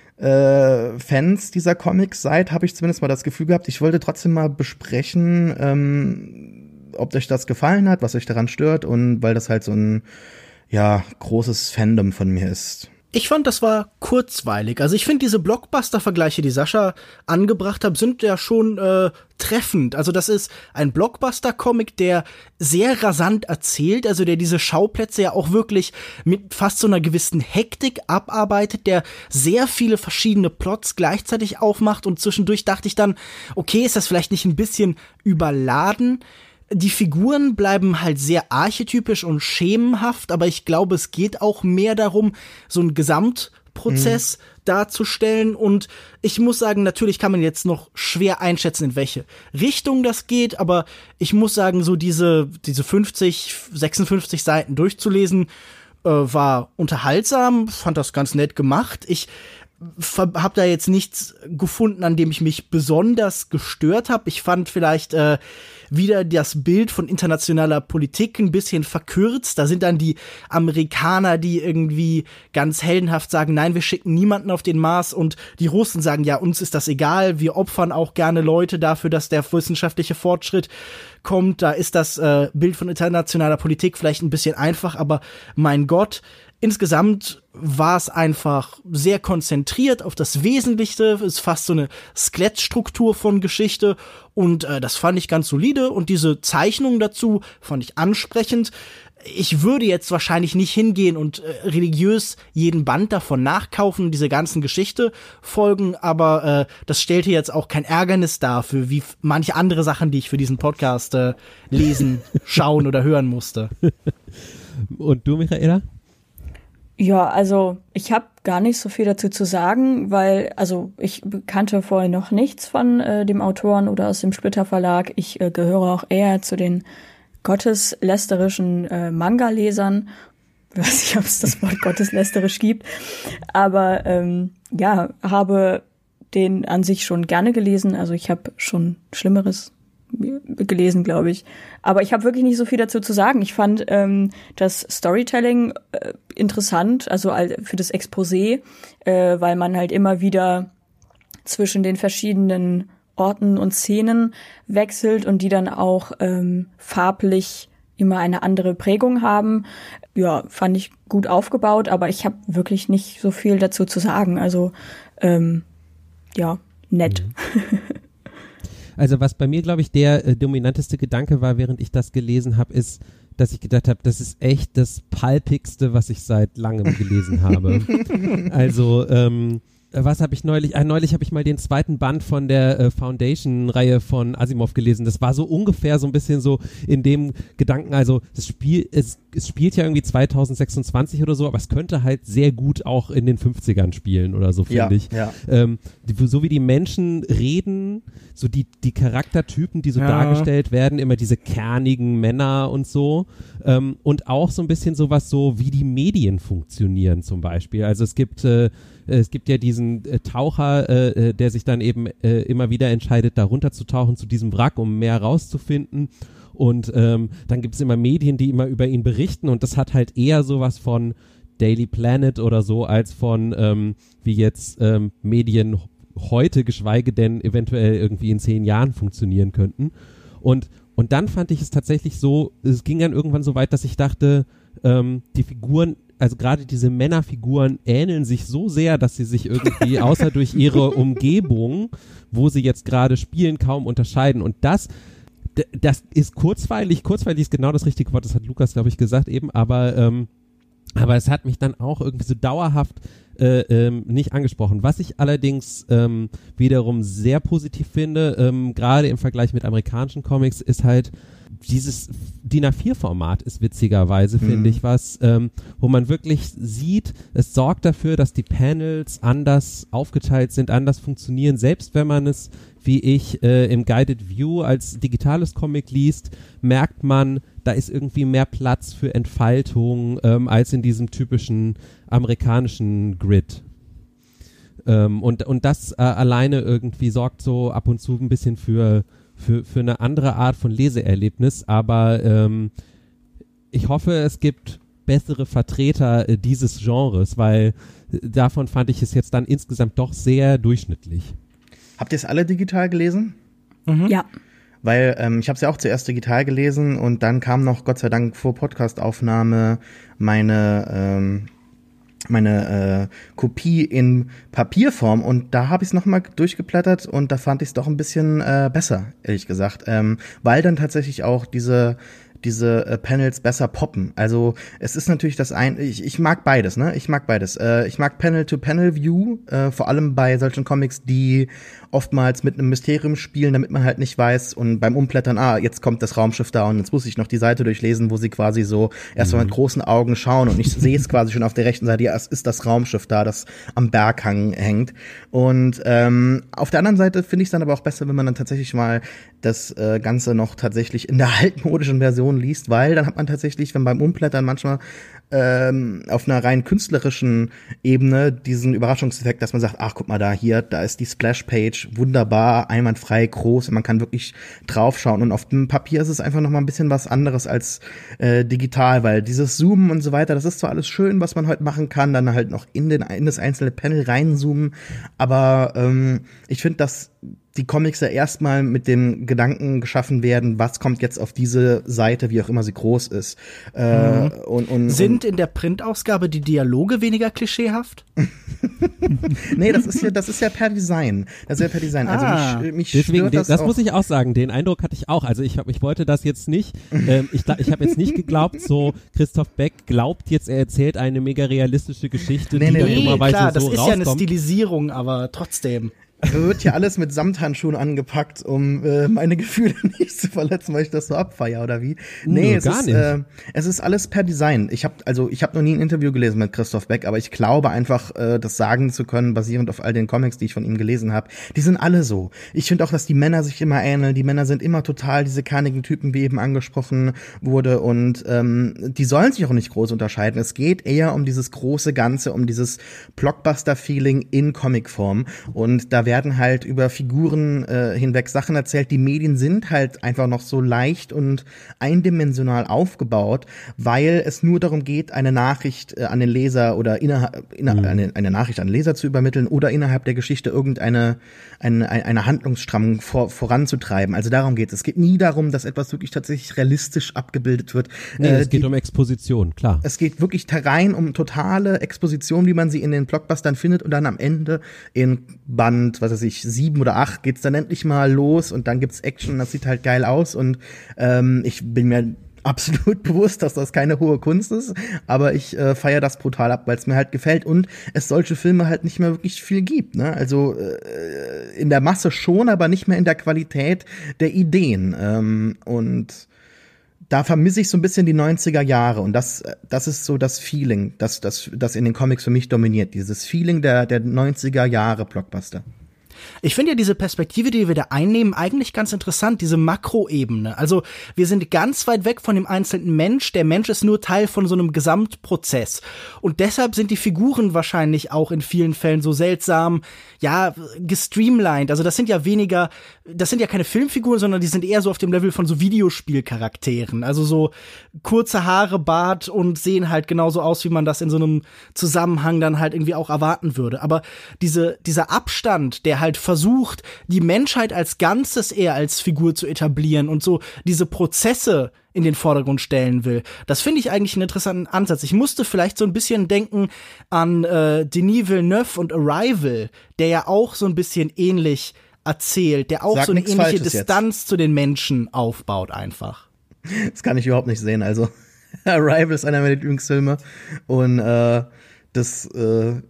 äh, Fans dieser Comics seid, habe ich zumindest mal das Gefühl gehabt. Ich wollte trotzdem mal besprechen, ähm, ob euch das gefallen hat, was euch daran stört und weil das halt so ein, ja, großes Fandom von mir ist. Ich fand, das war kurzweilig. Also ich finde, diese Blockbuster-Vergleiche, die Sascha angebracht hat, sind ja schon äh, treffend. Also das ist ein Blockbuster-Comic, der sehr rasant erzählt, also der diese Schauplätze ja auch wirklich mit fast so einer gewissen Hektik abarbeitet, der sehr viele verschiedene Plots gleichzeitig aufmacht und zwischendurch dachte ich dann, okay, ist das vielleicht nicht ein bisschen überladen? Die Figuren bleiben halt sehr archetypisch und schemenhaft, aber ich glaube, es geht auch mehr darum, so einen Gesamtprozess mhm. darzustellen. Und ich muss sagen, natürlich kann man jetzt noch schwer einschätzen, in welche Richtung das geht, aber ich muss sagen, so diese, diese fünfzig, sechsundfünfzig Seiten durchzulesen, äh, war unterhaltsam, fand das ganz nett gemacht. Ich hab da jetzt nichts gefunden, an dem ich mich besonders gestört habe. Ich fand vielleicht äh, wieder das Bild von internationaler Politik ein bisschen verkürzt. Da sind dann die Amerikaner, die irgendwie ganz heldenhaft sagen, nein, wir schicken niemanden auf den Mars, und die Russen sagen, ja, uns ist das egal, wir opfern auch gerne Leute dafür, dass der wissenschaftliche Fortschritt kommt. Da ist das äh, Bild von internationaler Politik vielleicht ein bisschen einfach, aber mein Gott, insgesamt war es einfach sehr konzentriert auf das Wesentliche. Es ist fast so eine Skelettstruktur von Geschichte und äh, das fand ich ganz solide und diese Zeichnung dazu fand ich ansprechend. Ich würde jetzt wahrscheinlich nicht hingehen und äh, religiös jeden Band davon nachkaufen, diese ganzen Geschichte folgen, aber äh, das stellte jetzt auch kein Ärgernis dar für wie manche andere Sachen, die ich für diesen Podcast äh, lesen, schauen oder hören musste. Und du, Michaela? Ja, also ich habe gar nicht so viel dazu zu sagen, weil, also ich kannte vorher noch nichts von äh, dem Autoren oder aus dem Splitter Verlag. Ich äh, gehöre auch eher zu den gotteslästerischen äh, Manga-Lesern. Ich weiß nicht, ob es das Wort gotteslästerisch gibt, aber ähm, ja, habe den an sich schon gerne gelesen. Also ich habe schon Schlimmeres gelesen, glaube ich. Aber ich habe wirklich nicht so viel dazu zu sagen. Ich fand ähm, das Storytelling äh, interessant, also für das Exposé, äh, weil man halt immer wieder zwischen den verschiedenen Orten und Szenen wechselt und die dann auch ähm, farblich immer eine andere Prägung haben. Ja, fand ich gut aufgebaut, aber ich habe wirklich nicht so viel dazu zu sagen. Also, ähm, ja, nett. Mhm. Also was bei mir, glaube ich, der äh, dominanteste Gedanke war, während ich das gelesen habe, ist, dass ich gedacht habe, das ist echt das Palpigste, was ich seit langem gelesen habe. Also, ähm, was habe ich neulich? Ah, neulich habe ich mal den zweiten Band von der äh, Foundation-Reihe von Asimov gelesen. Das war so ungefähr so ein bisschen so in dem Gedanken, also das Spiel, es, es spielt ja irgendwie zweitausendsechsundzwanzig oder so, aber es könnte halt sehr gut auch in den fünfzigern spielen oder so, finde ja, ich. Ja. Ähm, die, so wie die Menschen reden, so die, die Charaktertypen, die so ja. dargestellt werden, immer diese kernigen Männer und so. Ähm, und auch so ein bisschen sowas so, wie die Medien funktionieren zum Beispiel. Also es gibt äh, Es gibt ja diesen äh, Taucher, äh, der sich dann eben äh, immer wieder entscheidet, da runterzutauchen zu diesem Wrack, um mehr rauszufinden. Und ähm, dann gibt es immer Medien, die immer über ihn berichten. Und das hat halt eher sowas von Daily Planet oder so, als von ähm, wie jetzt ähm, Medien heute, geschweige denn eventuell irgendwie in zehn Jahren funktionieren könnten. Und, und dann fand ich es tatsächlich so, es ging dann irgendwann so weit, dass ich dachte, ähm, die Figuren, also gerade diese Männerfiguren ähneln sich so sehr, dass sie sich irgendwie außer durch ihre Umgebung, wo sie jetzt gerade spielen, kaum unterscheiden. Und das, d- das ist kurzweilig, kurzweilig ist genau das richtige Wort, das hat Lukas, glaube ich, gesagt eben, aber, ähm, aber es hat mich dann auch irgendwie so dauerhaft äh, ähm, nicht angesprochen. Was ich allerdings ähm, wiederum sehr positiv finde, ähm, gerade im Vergleich mit amerikanischen Comics, ist halt, dieses D I N A vier Format ist witzigerweise, mhm. finde ich, was, ähm, wo man wirklich sieht, es sorgt dafür, dass die Panels anders aufgeteilt sind, anders funktionieren, selbst wenn man es, wie ich, äh, im Guided View als digitales Comic liest, merkt man, da ist irgendwie mehr Platz für Entfaltung ähm, als in diesem typischen amerikanischen Grid. Ähm, und, und das äh, alleine irgendwie sorgt so ab und zu ein bisschen für, für, für eine andere Art von Leseerlebnis, aber ähm, ich hoffe, es gibt bessere Vertreter äh, dieses Genres, weil äh, davon fand ich es jetzt dann insgesamt doch sehr durchschnittlich. Habt ihr es alle digital gelesen? Mhm. Ja. Weil ähm, ich habe es ja auch zuerst digital gelesen und dann kam noch, Gott sei Dank, vor Podcastaufnahme meine ähm, meine äh, Kopie in Papierform und da habe ich es nochmal durchgeblättert und da fand ich es doch ein bisschen äh, besser, ehrlich gesagt, ähm, weil dann tatsächlich auch diese diese äh, Panels besser poppen. Also es ist natürlich das ein, ich, ich mag beides, ne? Ich mag beides. Äh, ich mag Panel-to-Panel-View, äh, vor allem bei solchen Comics, die oftmals mit einem Mysterium spielen, damit man halt nicht weiß und beim Umblättern, ah, jetzt kommt das Raumschiff da und jetzt muss ich noch die Seite durchlesen, wo sie quasi so erstmal mit großen Augen schauen und ich sehe es quasi schon auf der rechten Seite, ja, es ist das Raumschiff da, das am Berghang hängt. Und ähm, auf der anderen Seite finde ich es dann aber auch besser, wenn man dann tatsächlich mal das äh, Ganze noch tatsächlich in der altmodischen Version liest, weil dann hat man tatsächlich, wenn beim Umblättern manchmal ähm, auf einer rein künstlerischen Ebene diesen Überraschungseffekt, dass man sagt, ach, guck mal da, hier, da ist die Splash-Page, wunderbar, einwandfrei, groß, und man kann wirklich draufschauen. Und auf dem Papier ist es einfach noch mal ein bisschen was anderes als äh, digital, weil dieses Zoomen und so weiter, das ist zwar alles schön, was man heute machen kann, dann halt noch in, den, in das einzelne Panel reinzoomen, aber ähm, ich finde, dass die Comics ja erstmal mit dem Gedanken geschaffen werden, was kommt jetzt auf diese Seite, wie auch immer sie groß ist. Äh, mhm. und, und, Sind in der Printausgabe die Dialoge weniger klischeehaft? Nee, das ist ja, das ist ja per Design. Das ist ja per Design. Also ah. mich, mich Deswegen, stört das, das auch. muss ich auch sagen, den Eindruck hatte ich auch. Also ich, hab, ich wollte das jetzt nicht, ähm, ich, ich habe jetzt nicht geglaubt, so Christoph Beck glaubt jetzt, er erzählt eine mega realistische Geschichte, Nee, die nee, dann nee, dummerweise klar, das so ist rauskommt. ja eine Stilisierung, aber trotzdem. Wird hier alles mit Samthandschuhen angepackt, um äh, meine Gefühle nicht zu verletzen, weil ich das so abfeier oder wie? Nee, Nö, es gar ist nicht. Äh, es ist alles per Design. Ich habe also ich habe noch nie ein Interview gelesen mit Christoph Beck, aber ich glaube einfach, äh, das sagen zu können, basierend auf all den Comics, die ich von ihm gelesen habe. Die sind alle so. Ich finde auch, dass die Männer sich immer ähneln. Die Männer sind immer total diese kernigen Typen, wie eben angesprochen wurde, und ähm, die sollen sich auch nicht groß unterscheiden. Es geht eher um dieses große Ganze, um dieses Blockbuster-Feeling in Comicform, und da werden halt über Figuren äh, hinweg Sachen erzählt. Die Medien sind halt einfach noch so leicht und eindimensional aufgebaut, weil es nur darum geht, eine Nachricht äh, an den Leser oder innerhalb, inner, mhm. eine, eine Nachricht an den Leser zu übermitteln oder innerhalb der Geschichte irgendeine eine, eine Handlungsstrang vor, voranzutreiben. Also darum geht es. Es geht nie darum, dass etwas wirklich tatsächlich realistisch abgebildet wird. Nee, äh, es geht die, um Exposition, klar. Es geht wirklich rein um totale Exposition, wie man sie in den Blockbustern findet, und dann am Ende in Band, was weiß ich, sieben oder acht geht's dann endlich mal los und dann gibt's Action, das sieht halt geil aus, und ähm, ich bin mir absolut bewusst, dass das keine hohe Kunst ist, aber ich äh, feiere das brutal ab, weil es mir halt gefällt und es solche Filme halt nicht mehr wirklich viel gibt, ne? Also äh, in der Masse schon, aber nicht mehr in der Qualität der Ideen, ähm, und da vermisse ich so ein bisschen die neunziger Jahre, und das das ist so das Feeling, das das das in den Comics für mich dominiert, dieses Feeling der der neunziger Jahre Blockbuster. Ich finde ja diese Perspektive, die wir da einnehmen, eigentlich ganz interessant, diese Makroebene. Also wir sind ganz weit weg von dem einzelnen Mensch. Der Mensch ist nur Teil von so einem Gesamtprozess. Und deshalb sind die Figuren wahrscheinlich auch in vielen Fällen so seltsam, ja, gestreamlined. Also das sind ja weniger, das sind ja keine Filmfiguren, sondern die sind eher so auf dem Level von so Videospielcharakteren. Also so kurze Haare, Bart und sehen halt genauso aus, wie man das in so einem Zusammenhang dann halt irgendwie auch erwarten würde. Aber diese, dieser Abstand, der halt versucht, die Menschheit als Ganzes eher als Figur zu etablieren und so diese Prozesse in den Vordergrund stellen will. Das finde ich eigentlich einen interessanten Ansatz. Ich musste vielleicht so ein bisschen denken an äh, Denis Villeneuve und Arrival, der ja auch so ein bisschen ähnlich erzählt, der auch Sag so eine nix ähnliche Falsches Distanz jetzt. zu den Menschen aufbaut einfach. Das kann ich überhaupt nicht sehen. Also Arrival ist einer meiner Lieblingsfilme, und äh, das äh,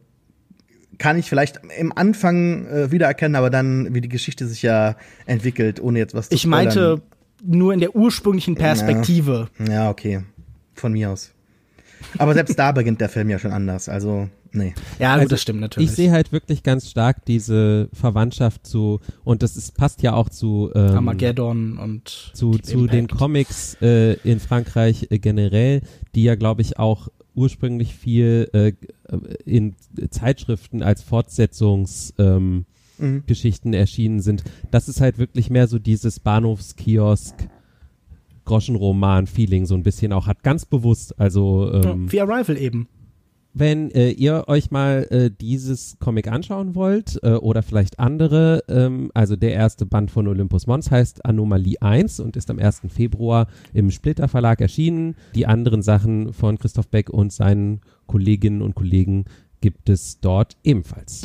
kann ich vielleicht im Anfang äh, wiedererkennen, aber dann, wie die Geschichte sich ja entwickelt, ohne jetzt was zu Ich spoilern. meinte nur in der ursprünglichen Perspektive. Ja, ja, okay. Von mir aus. Aber selbst da beginnt der Film ja schon anders, also nee. Ja, gut, Also, das stimmt natürlich. Ich sehe halt wirklich ganz stark diese Verwandtschaft zu, und das ist, passt ja auch zu ähm, Armageddon und zu, Deep zu den Impact. Comics äh, in Frankreich äh, generell, die ja, glaube ich, auch ursprünglich viel äh, in Zeitschriften als Fortsetzungsgeschichten ähm, Mhm. erschienen sind. Das ist halt wirklich mehr so dieses Bahnhofskiosk Groschenroman-Feeling so ein bisschen auch hat, ganz bewusst. Also ähm, Ja, wie Arrival eben. wenn äh, ihr euch mal äh, dieses Comic anschauen wollt äh, oder vielleicht andere, ähm, also der erste Band von Olympus Mons heißt Anomalie eins und ist am ersten Februar im Splitter Verlag erschienen. Die anderen Sachen von Christoph Beck und seinen Kolleginnen und Kollegen gibt es dort ebenfalls.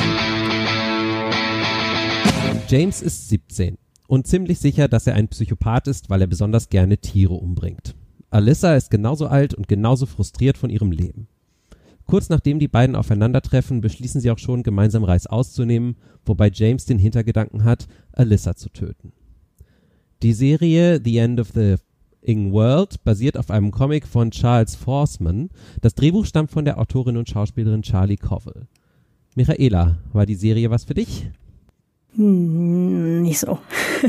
James ist siebzehn und ziemlich sicher, dass er ein Psychopath ist, weil er besonders gerne Tiere umbringt. Alyssa ist genauso alt und genauso frustriert von ihrem Leben. Kurz nachdem die beiden aufeinandertreffen, beschließen sie auch schon, gemeinsam Reis auszunehmen, wobei James den Hintergedanken hat, Alyssa zu töten. Die Serie The End of the Ing World basiert auf einem Comic von Charles Forsman. Das Drehbuch stammt von der Autorin und Schauspielerin Charlie Covell. Michaela, war die Serie was für dich? Hm, nicht so.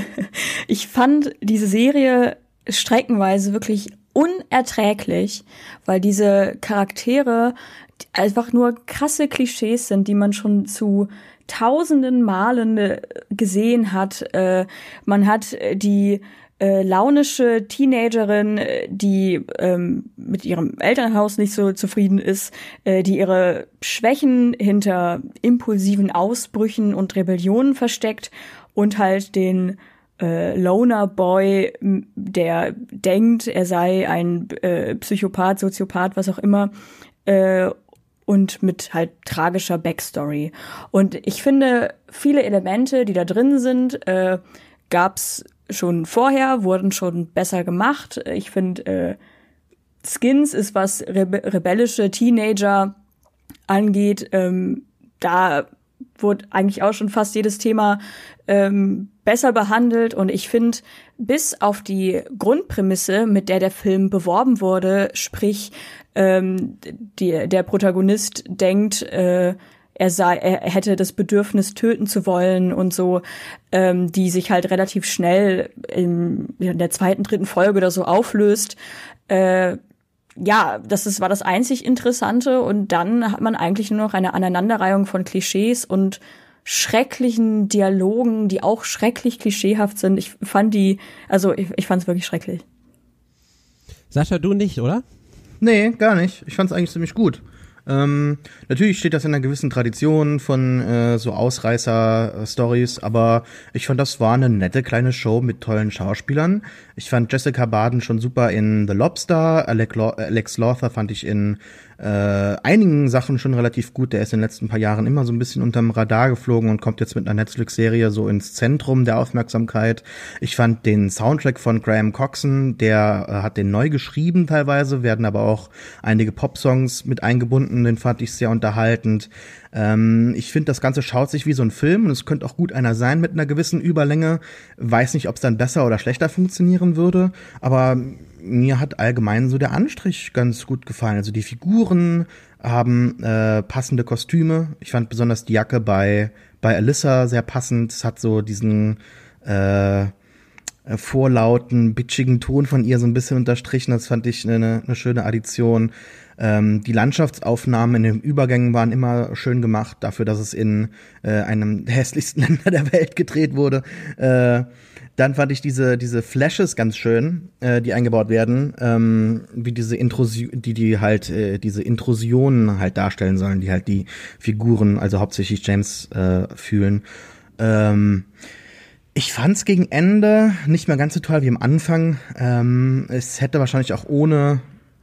Ich fand diese Serie streckenweise wirklich unerträglich, weil diese Charaktere einfach nur krasse Klischees sind, die man schon zu tausenden Malen äh, gesehen hat. Äh, man hat die äh, launische Teenagerin, die ähm, mit ihrem Elternhaus nicht so zufrieden ist, äh, die ihre Schwächen hinter impulsiven Ausbrüchen und Rebellionen versteckt und halt den äh, Loner Boy, der denkt, er sei ein äh, Psychopath, Soziopath, was auch immer, äh, und mit halt tragischer Backstory. Und ich finde, viele Elemente, die da drin sind, äh, gab's schon vorher, wurden schon besser gemacht. Ich finde, äh, Skins ist, was rebe- rebellische Teenager angeht, ähm, da wurde eigentlich auch schon fast jedes Thema ähm, besser behandelt. Und ich finde, bis auf die Grundprämisse, mit der der Film beworben wurde, sprich, ähm, die, der Protagonist denkt, äh, er sei, er hätte das Bedürfnis, töten zu wollen und so, ähm, die sich halt relativ schnell in, in der zweiten, dritten Folge oder so auflöst. Äh, ja, das ist, war das einzig Interessante, und dann hat man eigentlich nur noch eine Aneinanderreihung von Klischees und schrecklichen Dialogen, die auch schrecklich klischeehaft sind. Ich fand die, also ich, ich fand es wirklich schrecklich. Sascha, du nicht, oder? Nee, gar nicht. Ich fand es eigentlich ziemlich gut. Ähm, natürlich steht das in einer gewissen Tradition von äh, so Ausreißer-Stories, aber ich fand, das war eine nette kleine Show mit tollen Schauspielern. Ich fand Jessica Barden schon super in The Lobster, Alec Law- Alex Lawther fand ich in äh, einigen Sachen schon relativ gut. Der ist in den letzten paar Jahren immer so ein bisschen unterm Radar geflogen und kommt jetzt mit einer Netflix-Serie so ins Zentrum der Aufmerksamkeit. Ich fand den Soundtrack von Graham Coxon, der äh, hat den neu geschrieben teilweise, werden aber auch einige Popsongs mit eingebunden, den fand ich sehr unterhaltend. Ähm, ich finde, das Ganze schaut sich wie so ein Film und es könnte auch gut einer sein mit einer gewissen Überlänge. Weiß nicht, ob es dann besser oder schlechter funktionieren würde, aber mir hat allgemein so der Anstrich ganz gut gefallen. Also die Figuren haben äh, passende Kostüme. Ich fand besonders die Jacke bei bei Alyssa sehr passend. Es hat so diesen äh, vorlauten, bitchigen Ton von ihr so ein bisschen unterstrichen. Das fand ich eine, eine schöne Addition. Ähm, die Landschaftsaufnahmen in den Übergängen waren immer schön gemacht, dafür, dass es in äh, einem der hässlichsten Länder der Welt gedreht wurde. Äh, dann fand ich diese diese Flashes ganz schön, äh, die eingebaut werden, ähm, wie diese Intrusion, die die halt äh, diese Intrusionen halt darstellen sollen, die halt die Figuren, also hauptsächlich James, äh, fühlen. Ähm, Ich fand's gegen Ende nicht mehr ganz so toll wie am Anfang. Ähm, es hätte wahrscheinlich auch ohne,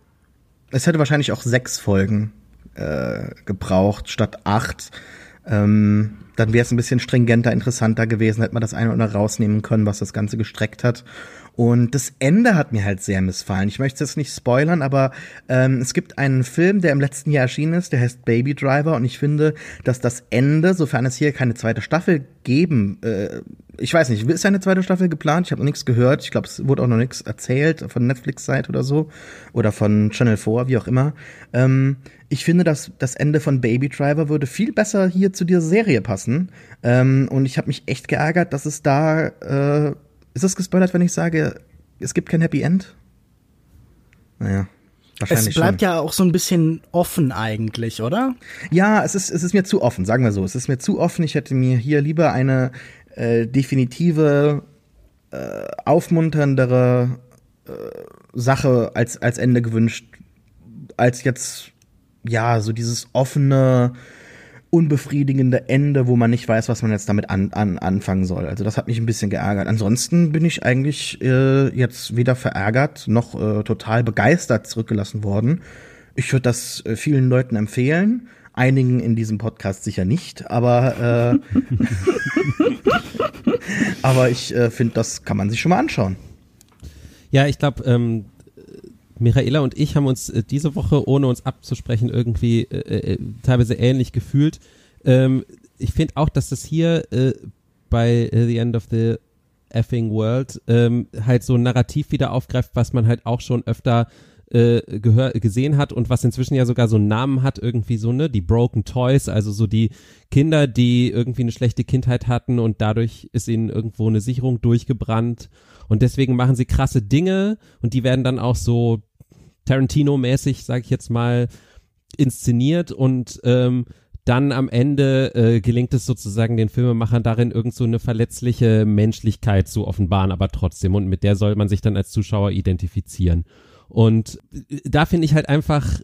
es hätte wahrscheinlich auch sechs Folgen äh, gebraucht statt acht. Ähm, dann wäre es ein bisschen stringenter, interessanter gewesen, hätte man das eine oder andere rausnehmen können, was das Ganze gestreckt hat. Und das Ende hat mir halt sehr missfallen. Ich möchte es jetzt nicht spoilern, aber ähm, es gibt einen Film, der im letzten Jahr erschienen ist, der heißt Baby Driver, und ich finde, dass das Ende, sofern es hier keine zweite Staffel geben äh, ich weiß nicht, ist eine zweite Staffel geplant? Ich habe noch nichts gehört. Ich glaube, es wurde auch noch nichts erzählt von Netflix-Seite oder so. Oder von Channel vier, wie auch immer. Ähm, ich finde, dass das Ende von Baby Driver würde viel besser hier zu dieser Serie passen. Ähm, und ich habe mich echt geärgert, dass es da, äh, ist es gespoilert, wenn ich sage, es gibt kein Happy End? Naja. Es bleibt schon. Ja auch so ein bisschen offen eigentlich, oder? Ja, es ist, es ist mir zu offen, sagen wir so. Es ist mir zu offen. Ich hätte mir hier lieber eine äh, definitive, äh, aufmunterndere äh, Sache als, als Ende gewünscht, als jetzt, ja, so dieses offene, unbefriedigende Ende, wo man nicht weiß, was man jetzt damit an, an, anfangen soll. Also das hat mich ein bisschen geärgert. Ansonsten bin ich eigentlich äh, jetzt weder verärgert noch äh, total begeistert zurückgelassen worden. Ich würde das äh, vielen Leuten empfehlen. Einigen in diesem Podcast sicher nicht, aber äh, aber ich äh, finde, das kann man sich schon mal anschauen. Ja, ich glaube, ähm, Michaela und ich haben uns äh, diese Woche, ohne uns abzusprechen, irgendwie äh, äh, teilweise ähnlich gefühlt. Ähm, ich finde auch, dass das hier äh, bei äh, The End of the Effing World ähm, halt so ein Narrativ wieder aufgreift, was man halt auch schon öfter äh, gehör, gesehen hat und was inzwischen ja sogar so einen Namen hat, irgendwie so, ne, die Broken Toys, also so die Kinder, die irgendwie eine schlechte Kindheit hatten und dadurch ist ihnen irgendwo eine Sicherung durchgebrannt und deswegen machen sie krasse Dinge und die werden dann auch so Tarantino-mäßig, sag ich jetzt mal, inszeniert und ähm, dann am Ende äh, gelingt es sozusagen den Filmemachern darin, irgend so eine verletzliche Menschlichkeit zu offenbaren, aber trotzdem und mit der soll man sich dann als Zuschauer identifizieren. Und da finde ich halt einfach,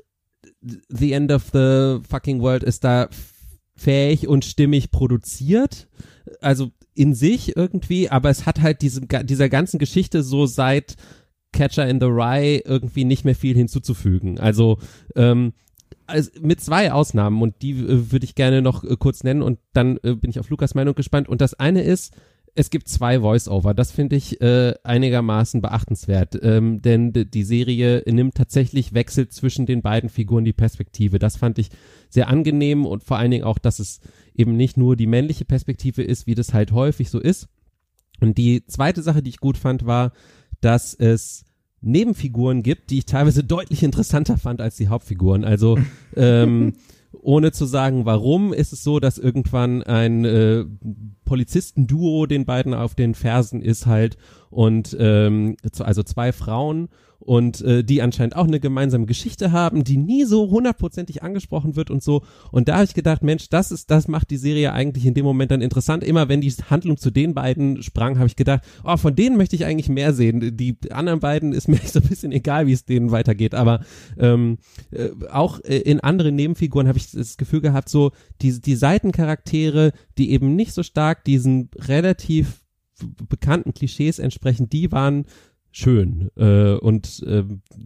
The End of the Fucking World ist da fähig und stimmig produziert, also in sich irgendwie, aber es hat halt diese, dieser ganzen Geschichte so seit Catcher in the Rye irgendwie nicht mehr viel hinzuzufügen. Also, ähm, also mit zwei Ausnahmen und die äh, würde ich gerne noch äh, kurz nennen und dann äh, bin ich auf Lukas Meinung gespannt. Und das eine ist, es gibt zwei Voice-Over. Das finde ich äh, einigermaßen beachtenswert, ähm, denn d- die Serie nimmt tatsächlich Wechsel zwischen den beiden Figuren die Perspektive. Das fand ich sehr angenehm und vor allen Dingen auch, dass es eben nicht nur die männliche Perspektive ist, wie das halt häufig so ist. Und die zweite Sache, die ich gut fand, war, dass es Nebenfiguren gibt, die ich teilweise deutlich interessanter fand als die Hauptfiguren. Also ähm, ohne zu sagen, warum, ist es so, dass irgendwann ein äh, Polizistenduo den beiden auf den Fersen ist halt und ähm, also zwei Frauen und äh, die anscheinend auch eine gemeinsame Geschichte haben, die nie so hundertprozentig angesprochen wird und so. Und da habe ich gedacht, Mensch, das ist, das macht die Serie eigentlich in dem Moment dann interessant. Immer wenn die Handlung zu den beiden sprang, habe ich gedacht, oh, von denen möchte ich eigentlich mehr sehen. Die anderen beiden ist mir so ein bisschen egal, wie es denen weitergeht. Aber ähm, äh, auch äh, in anderen Nebenfiguren habe ich das Gefühl gehabt, so die, die Seitencharaktere, die eben nicht so stark diesen relativ bekannten Klischees entsprechen, die waren schön äh, und äh,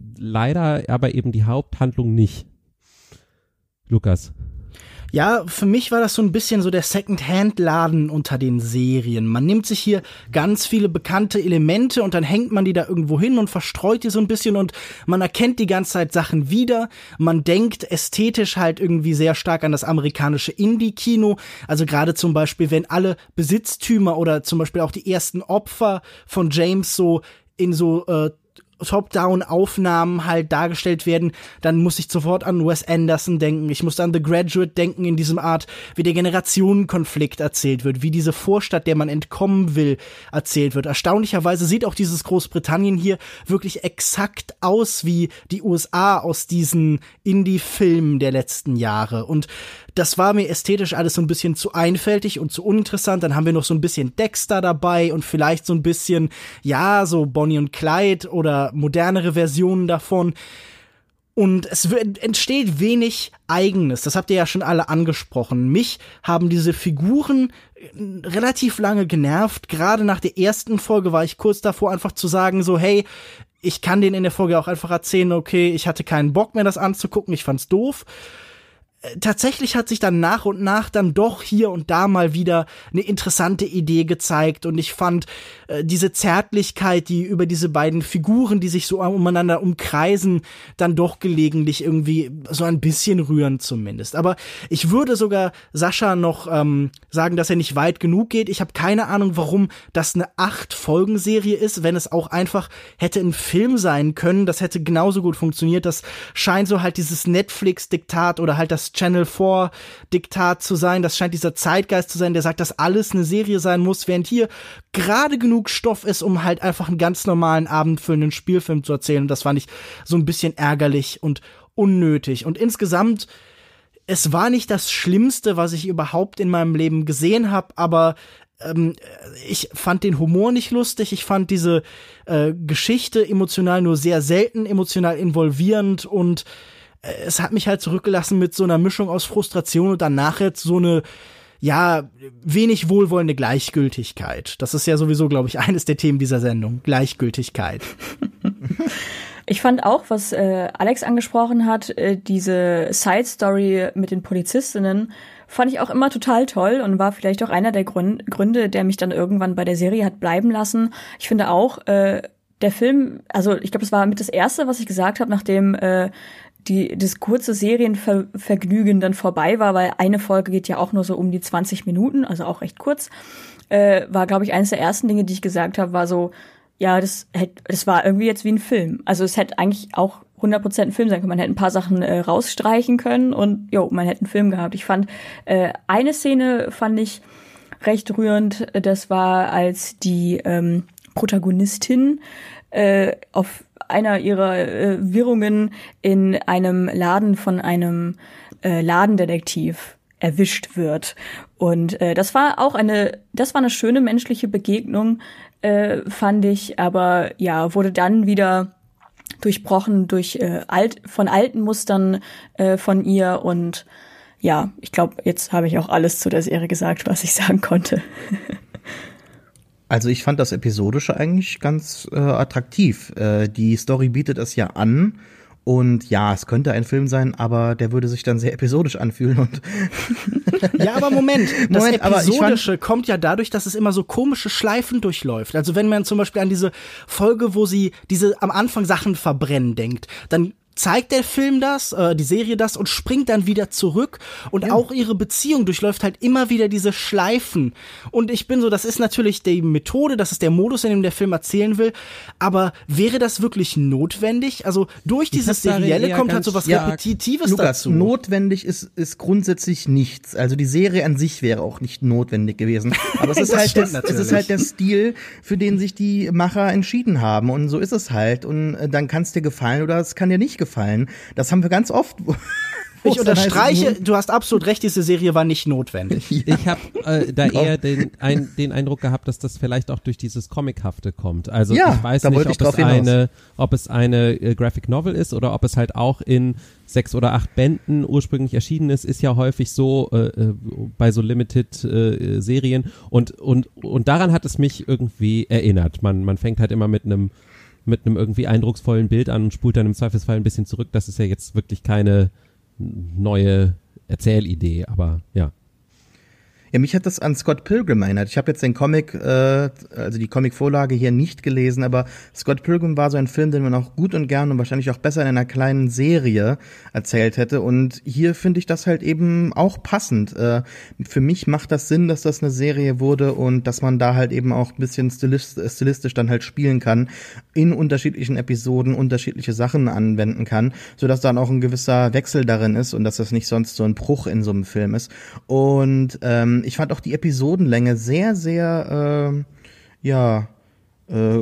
leider aber eben die Haupthandlung nicht. Lukas. Ja, für mich war das so ein bisschen so der Second-Hand-Laden unter den Serien. Man nimmt sich hier ganz viele bekannte Elemente und dann hängt man die da irgendwo hin und verstreut die so ein bisschen und man erkennt die ganze Zeit Sachen wieder. Man denkt ästhetisch halt irgendwie sehr stark an das amerikanische Indie-Kino. Also gerade zum Beispiel, wenn alle Besitztümer oder zum Beispiel auch die ersten Opfer von James so in so äh, Top-Down-Aufnahmen halt dargestellt werden, dann muss ich sofort an Wes Anderson denken. Ich muss an The Graduate denken, in diesem Art, wie der Generationenkonflikt erzählt wird, wie diese Vorstadt, der man entkommen will, erzählt wird. Erstaunlicherweise sieht auch dieses Großbritannien hier wirklich exakt aus wie die U S A aus diesen Indie-Filmen der letzten Jahre. Und das war mir ästhetisch alles so ein bisschen zu einfältig und zu uninteressant. Dann haben wir noch so ein bisschen Dexter dabei und vielleicht so ein bisschen, ja, so Bonnie und Clyde oder modernere Versionen davon. Und es entsteht wenig Eigenes. Das habt ihr ja schon alle angesprochen. Mich haben diese Figuren relativ lange genervt. Gerade nach der ersten Folge war ich kurz davor, einfach zu sagen so, hey, ich kann denen in der Folge auch einfach erzählen, okay, ich hatte keinen Bock mehr, das anzugucken. Ich fand's doof. tatsächlich hat sich dann nach und nach dann doch hier und da mal wieder eine interessante Idee gezeigt und ich fand äh, diese Zärtlichkeit, die über diese beiden Figuren, die sich so umeinander umkreisen, dann doch gelegentlich irgendwie so ein bisschen rühren zumindest. Aber ich würde sogar Sascha noch ähm, sagen, dass er nicht weit genug geht. Ich habe keine Ahnung, warum das eine acht-Folgen-Serie ist, wenn es auch einfach hätte ein Film sein können. Das hätte genauso gut funktioniert. Das scheint so halt dieses Netflix-Diktat oder halt das Channel vier Diktat zu sein. Das scheint dieser Zeitgeist zu sein, der sagt, dass alles eine Serie sein muss, während hier gerade genug Stoff ist, um halt einfach einen ganz normalen abendfüllenden Spielfilm zu erzählen. Und das fand ich so ein bisschen ärgerlich und unnötig. Und insgesamt, es war nicht das Schlimmste, was ich überhaupt in meinem Leben gesehen habe, aber ähm, ich fand den Humor nicht lustig. Ich fand diese äh, Geschichte emotional nur sehr selten, emotional involvierend und es hat mich halt zurückgelassen mit so einer Mischung aus Frustration und dann nachher so eine, ja, wenig wohlwollende Gleichgültigkeit. Das ist ja sowieso, glaube ich, eines der Themen dieser Sendung. Gleichgültigkeit. Ich fand auch, was äh, Alex angesprochen hat, äh, diese Side-Story mit den Polizistinnen, fand ich auch immer total toll und war vielleicht auch einer der Grün- Gründe, der mich dann irgendwann bei der Serie hat bleiben lassen. Ich finde auch, äh, der Film, also ich glaube, das war mit das Erste, was ich gesagt habe, nachdem äh, die das kurze Serienvergnügen dann vorbei war, weil eine Folge geht ja auch nur so um die zwanzig Minuten, also auch recht kurz, äh, war, glaube ich, eines der ersten Dinge, die ich gesagt habe, war so, ja, das hätte, das war irgendwie jetzt wie ein Film. Also es hätte eigentlich auch hundert Prozent ein Film sein können. Man hätte ein paar Sachen äh, rausstreichen können und jo, man hätte einen Film gehabt. Ich fand, äh, eine Szene fand ich recht rührend, das war, als die ähm, Protagonistin äh, auf einer ihrer äh, Wirrungen in einem Laden von einem äh, Ladendetektiv erwischt wird. Und äh, das war auch eine, das war eine schöne menschliche Begegnung, äh, fand ich, aber ja, wurde dann wieder durchbrochen durch äh, alt, von alten Mustern äh, von ihr und ja, ich glaube, jetzt habe ich auch alles zu der Serie gesagt, was ich sagen konnte. Also ich fand das Episodische eigentlich ganz äh, attraktiv. Äh, die Story bietet es ja an und ja, es könnte ein Film sein, aber der würde sich dann sehr episodisch anfühlen und ja, aber Moment, das Moment, aber Episodische kommt ja dadurch, dass es immer so komische Schleifen durchläuft. Also wenn man zum Beispiel an diese Folge, wo sie diese am Anfang Sachen verbrennen denkt, dann zeigt der Film das, äh, die Serie das und springt dann wieder zurück und ja. Auch ihre Beziehung durchläuft halt immer wieder diese Schleifen und ich bin so, das ist natürlich die Methode, das ist der Modus, in dem der Film erzählen will, aber wäre das wirklich notwendig? Also durch dieses Serielle kommt halt so was ja, Repetitives Lukas, dazu. Notwendig ist, ist grundsätzlich nichts, also die Serie an sich wäre auch nicht notwendig gewesen, aber es ist, halt das, es ist halt der Stil, für den sich die Macher entschieden haben und so ist es halt und äh, dann kann es dir gefallen oder es kann dir nicht gefallen. Das haben wir ganz oft. Ich unterstreiche, du hast absolut recht, diese Serie war nicht notwendig. Ja. Ich habe äh, da eher den, ein, den Eindruck gehabt, dass das vielleicht auch durch dieses Comichafte kommt. Also ja, ich weiß nicht, ob, ich es eine, ob es eine äh, Graphic Novel ist oder ob es halt auch in sechs oder acht Bänden ursprünglich erschienen ist, ist ja häufig so äh, äh, bei so Limited äh, Serien und, und, und daran hat es mich irgendwie erinnert. Man, man fängt halt immer mit einem mit einem irgendwie eindrucksvollen Bild an und spult dann im Zweifelsfall ein bisschen zurück. Das ist ja jetzt wirklich keine neue Erzählidee, aber ja. Ja, mich hat das an Scott Pilgrim erinnert. Ich habe jetzt den Comic, äh, also die Comic-Vorlage hier nicht gelesen, aber Scott Pilgrim war so ein Film, den man auch gut und gern und wahrscheinlich auch besser in einer kleinen Serie erzählt hätte. Und hier finde ich das halt eben auch passend. Äh, für mich macht das Sinn, dass das eine Serie wurde und dass man da halt eben auch ein bisschen stilist- stilistisch dann halt spielen kann, in unterschiedlichen Episoden unterschiedliche Sachen anwenden kann, sodass dann auch ein gewisser Wechsel darin ist und dass das nicht sonst so ein Bruch in so einem Film ist. Und ähm, ich fand auch die Episodenlänge sehr, sehr, äh, ja, äh,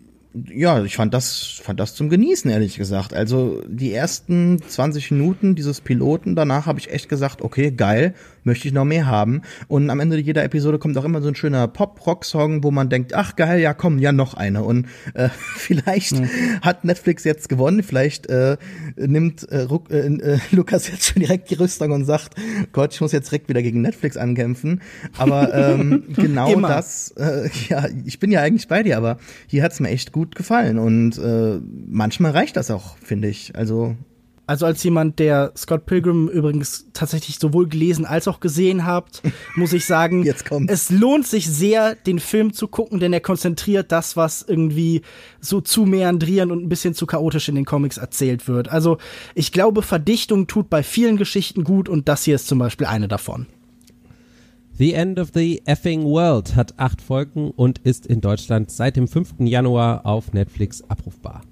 ja, ich fand das, fand das zum Genießen, ehrlich gesagt. Also die ersten zwanzig Minuten dieses Piloten, danach habe ich echt gesagt, okay, geil, möchte ich noch mehr haben. Und am Ende jeder Episode kommt auch immer so ein schöner Pop-Rock-Song, wo man denkt, ach geil, ja komm, ja noch eine. Und äh, vielleicht mhm. hat Netflix jetzt gewonnen, vielleicht äh, nimmt äh, Ruck, äh, äh, Lukas jetzt schon direkt die Rüstung und sagt, Gott, ich muss jetzt direkt wieder gegen Netflix ankämpfen. Aber ähm, genau immer. das, äh, ja, ich bin ja eigentlich bei dir, aber hier hat's mir echt gut gefallen und äh, manchmal reicht das auch, finde ich. Also Also als jemand, der Scott Pilgrim übrigens tatsächlich sowohl gelesen als auch gesehen hat, muss ich sagen, Jetzt kommt's. Es lohnt sich sehr, den Film zu gucken, denn er konzentriert das, was irgendwie so zu meandrierend und ein bisschen zu chaotisch in den Comics erzählt wird. Also ich glaube, Verdichtung tut bei vielen Geschichten gut und das hier ist zum Beispiel eine davon. The End of the Effing World hat acht Folgen und ist in Deutschland seit dem fünften Januar auf Netflix abrufbar.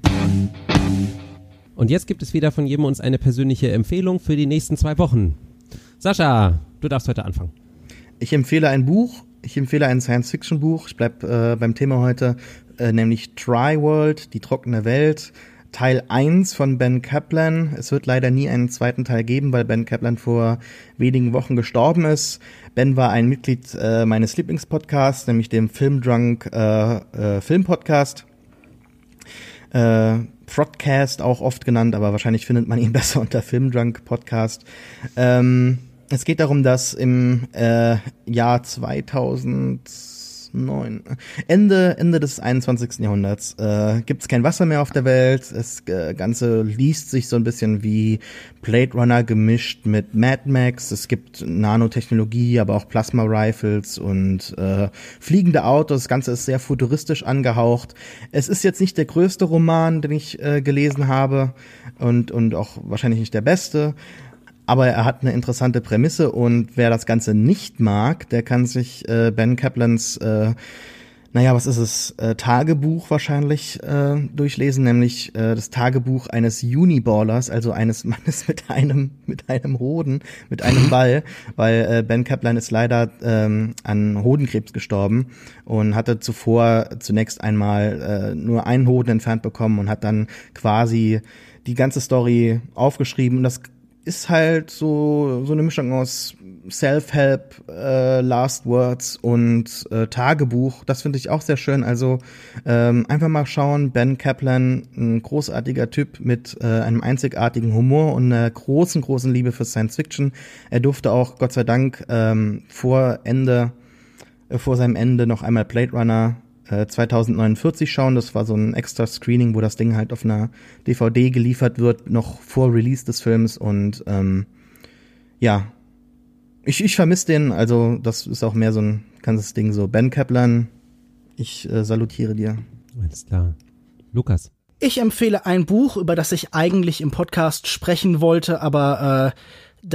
Und jetzt gibt es wieder von jedem uns eine persönliche Empfehlung für die nächsten zwei Wochen. Sascha, du darfst heute anfangen. Ich empfehle ein Buch, ich empfehle ein Science-Fiction-Buch. Ich bleib äh, beim Thema heute, äh, nämlich Dry World, die trockene Welt, Teil eins von Ben Kaplan. Es wird leider nie einen zweiten Teil geben, weil Ben Kaplan vor wenigen Wochen gestorben ist. Ben war ein Mitglied äh, meines Lieblingspodcasts, nämlich dem Filmdrunk äh, äh, Filmpodcast. Äh, Podcast auch oft genannt, aber wahrscheinlich findet man ihn besser unter Filmdrunk Podcast. Ähm, es geht darum, dass im äh, Jahr zweitausendneun, Ende Ende des einundzwanzigsten Jahrhunderts, äh, gibt es kein Wasser mehr auf der Welt. Das äh, Ganze liest sich so ein bisschen wie Blade Runner gemischt mit Mad Max. Es gibt Nanotechnologie, aber auch Plasma Rifles und äh, fliegende Autos. Das Ganze ist sehr futuristisch angehaucht. Es ist jetzt nicht der größte Roman, den ich äh, gelesen habe und und auch wahrscheinlich nicht der beste. Aber er hat eine interessante Prämisse und wer das Ganze nicht mag, der kann sich äh, Ben Kaplans, äh, naja, was ist es, äh, Tagebuch wahrscheinlich äh, durchlesen, nämlich äh, das Tagebuch eines Uniballers, also eines Mannes mit einem mit einem Hoden, mit einem Ball, weil äh, Ben Kaplan ist leider ähm, an Hodenkrebs gestorben und hatte zuvor zunächst einmal äh, nur einen Hoden entfernt bekommen und hat dann quasi die ganze Story aufgeschrieben und das ist halt so so eine Mischung aus Self-Help, äh, Last Words und äh, Tagebuch. Das finde ich auch sehr schön. Also ähm, einfach mal schauen. Ben Kaplan, ein großartiger Typ mit äh, einem einzigartigen Humor und einer großen, großen Liebe für Science Fiction. Er durfte auch, Gott sei Dank, ähm, vor Ende, äh, vor seinem Ende noch einmal Blade Runner zweitausendneunundvierzig schauen. Das war so ein extra Screening, wo das Ding halt auf einer D V D geliefert wird, noch vor Release des Films und ähm, ja, ich, ich vermisse den, also das ist auch mehr so ein ganzes Ding, so Ben Kaplan, ich äh, salutiere dir. Alles klar. Lukas. Ich empfehle ein Buch, über das ich eigentlich im Podcast sprechen wollte, aber äh,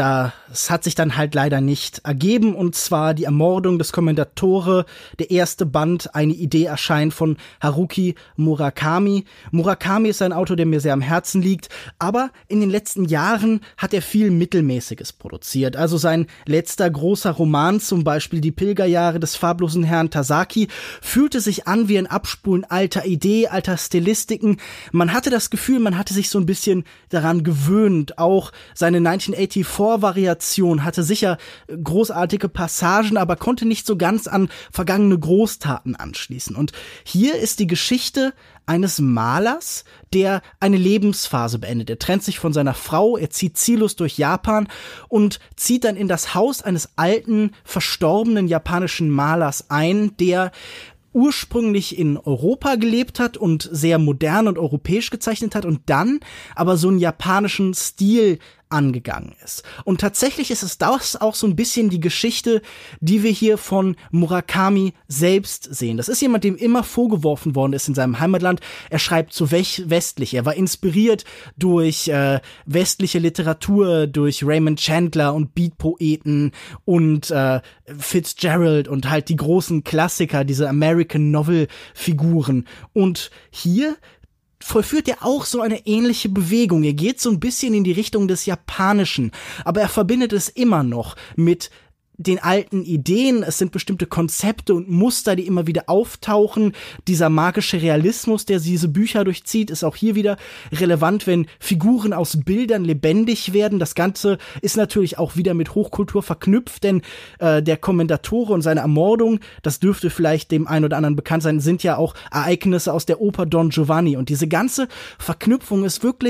das hat sich dann halt leider nicht ergeben, und zwar die Ermordung des Commendatore, der erste Band, eine Idee erscheint von Haruki Murakami. Murakami ist ein Autor, der mir sehr am Herzen liegt, aber in den letzten Jahren hat er viel Mittelmäßiges produziert. Also sein letzter großer Roman, zum Beispiel Die Pilgerjahre des farblosen Herrn Tasaki, fühlte sich an wie ein Abspulen alter Idee, alter Stilistiken. Man hatte das Gefühl, man hatte sich so ein bisschen daran gewöhnt. Auch seine neunzehnhundertvierundachtzig-Variation hatte sicher großartige Passagen, aber konnte nicht so ganz an vergangene Großtaten anschließen. Und hier ist die Geschichte eines Malers, der eine Lebensphase beendet. Er trennt sich von seiner Frau, er zieht ziellos durch Japan und zieht dann in das Haus eines alten, verstorbenen japanischen Malers ein, der ursprünglich in Europa gelebt hat und sehr modern und europäisch gezeichnet hat und dann aber so einen japanischen Stil angegangen ist. Und tatsächlich ist es das auch so ein bisschen die Geschichte, die wir hier von Murakami selbst sehen. Das ist jemand, dem immer vorgeworfen worden ist in seinem Heimatland, er schreibt zu westlich. Er war inspiriert durch äh, westliche Literatur, durch Raymond Chandler und Beat-Poeten und äh, Fitzgerald und halt die großen Klassiker, diese American Novel-Figuren. Und hier vollführt er auch so eine ähnliche Bewegung. Er geht so ein bisschen in die Richtung des Japanischen, aber er verbindet es immer noch mit den alten Ideen. Es sind bestimmte Konzepte und Muster, die immer wieder auftauchen. Dieser magische Realismus, der diese Bücher durchzieht, ist auch hier wieder relevant, wenn Figuren aus Bildern lebendig werden. Das Ganze ist natürlich auch wieder mit Hochkultur verknüpft, denn äh, der Commendatore und seine Ermordung, das dürfte vielleicht dem einen oder anderen bekannt sein, sind ja auch Ereignisse aus der Oper Don Giovanni. Und diese ganze Verknüpfung ist wirklich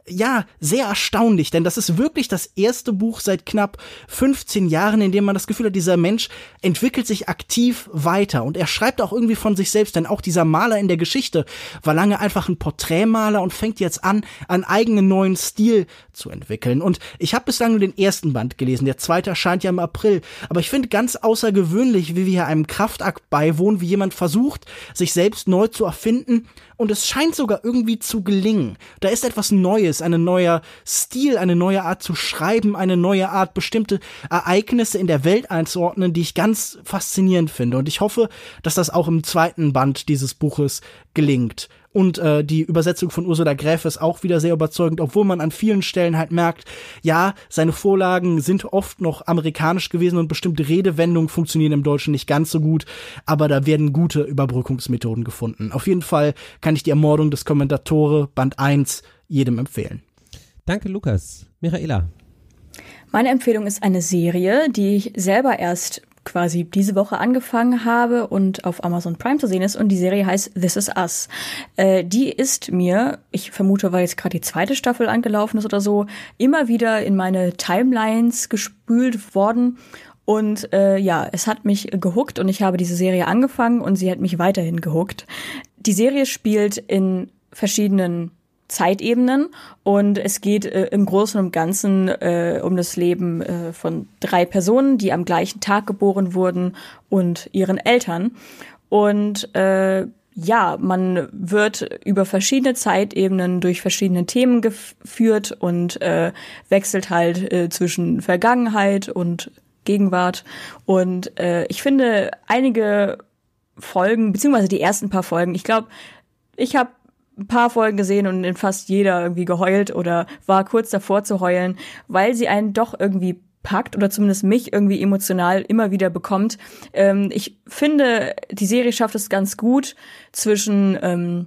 ja, sehr erstaunlich, denn das ist wirklich das erste Buch seit knapp fünfzehn Jahren, in dem man das Gefühl hat, dieser Mensch entwickelt sich aktiv weiter und er schreibt auch irgendwie von sich selbst, denn auch dieser Maler in der Geschichte war lange einfach ein Porträtmaler und fängt jetzt an, einen eigenen neuen Stil zu entwickeln. Und ich habe bislang nur den ersten Band gelesen, der zweite erscheint ja im April, aber ich finde ganz außergewöhnlich, wie wir hier einem Kraftakt beiwohnen, wie jemand versucht, sich selbst neu zu erfinden und es scheint sogar irgendwie zu gelingen. Da ist etwas Neues, ein neuer Stil, eine neue Art zu schreiben, eine neue Art, bestimmte Ereignisse in der Welt einzuordnen, die ich ganz faszinierend finde. Und ich hoffe, dass das auch im zweiten Band dieses Buches gelingt. Und äh, die Übersetzung von Ursula Gräfe ist auch wieder sehr überzeugend, obwohl man an vielen Stellen halt merkt, ja, seine Vorlagen sind oft noch amerikanisch gewesen und bestimmte Redewendungen funktionieren im Deutschen nicht ganz so gut, aber da werden gute Überbrückungsmethoden gefunden. Auf jeden Fall kann ich die Ermordung des Kommendatore Band eins jedem empfehlen. Danke, Lukas. Michaela. Meine Empfehlung ist eine Serie, die ich selber erst quasi diese Woche angefangen habe und auf Amazon Prime zu sehen ist, und die Serie heißt This Is Us. Äh, die ist mir, ich vermute, weil jetzt gerade die zweite Staffel angelaufen ist oder so, immer wieder in meine Timelines gespült worden. Und äh, ja, es hat mich gehuckt und ich habe diese Serie angefangen und sie hat mich weiterhin gehuckt. Die Serie spielt in verschiedenen Zeitebenen und es geht äh, im Großen und Ganzen äh, um das Leben äh, von drei Personen, die am gleichen Tag geboren wurden und ihren Eltern. Und äh, ja, man wird über verschiedene Zeitebenen durch verschiedene Themen geführt und äh, wechselt halt äh, zwischen Vergangenheit und Gegenwart. Und äh, ich finde einige Folgen, beziehungsweise die ersten paar Folgen, ich glaube, ich habe ein paar Folgen gesehen und in fast jeder irgendwie geheult oder war kurz davor zu heulen, weil sie einen doch irgendwie packt oder zumindest mich irgendwie emotional immer wieder bekommt. Ähm, ich finde, die Serie schafft es ganz gut zwischen ähm,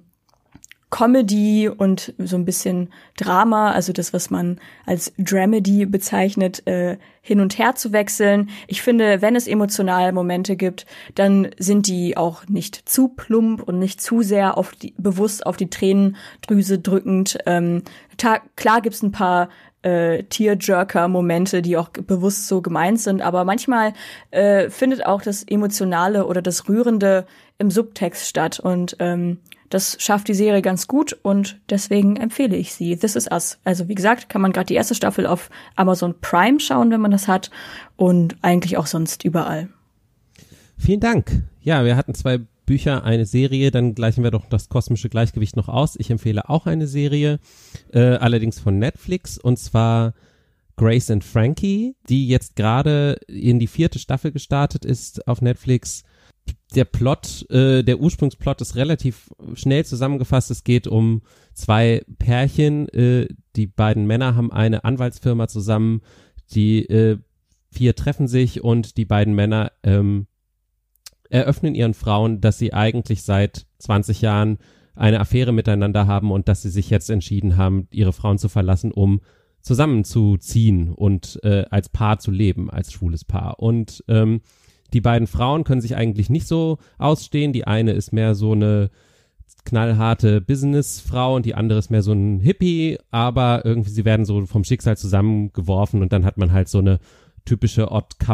Comedy und so ein bisschen Drama, also das, was man als Dramedy bezeichnet, äh, hin und her zu wechseln. Ich finde, wenn es emotionale Momente gibt, dann sind die auch nicht zu plump und nicht zu sehr auf die, bewusst auf die Tränendrüse drückend. Ähm, ta- klar gibt's ein paar äh, Tearjerker-Momente, die auch bewusst so gemeint sind, aber manchmal äh, findet auch das Emotionale oder das Rührende im Subtext statt und ähm, das schafft die Serie ganz gut und deswegen empfehle ich sie. This Is Us. Also wie gesagt, kann man gerade die erste Staffel auf Amazon Prime schauen, wenn man das hat, und eigentlich auch sonst überall. Vielen Dank. Ja, wir hatten zwei Bücher, eine Serie, dann gleichen wir doch das kosmische Gleichgewicht noch aus. Ich empfehle auch eine Serie, äh, allerdings von Netflix, und zwar Grace and Frankie, die jetzt gerade in die vierte Staffel gestartet ist auf Netflix. Der Plot, äh, der Ursprungsplot ist relativ schnell zusammengefasst. Es geht um zwei Pärchen. Äh, die beiden Männer haben eine Anwaltsfirma zusammen. Die äh, vier treffen sich und die beiden Männer ähm, eröffnen ihren Frauen, dass sie eigentlich seit zwanzig Jahren eine Affäre miteinander haben und dass sie sich jetzt entschieden haben, ihre Frauen zu verlassen, um zusammenzuziehen und äh, als Paar zu leben, als schwules Paar. Und ähm, die beiden Frauen können sich eigentlich nicht so ausstehen. Die eine ist mehr so eine knallharte Businessfrau und die andere ist mehr so ein Hippie, aber irgendwie sie werden so vom Schicksal zusammengeworfen und dann hat man halt so eine typische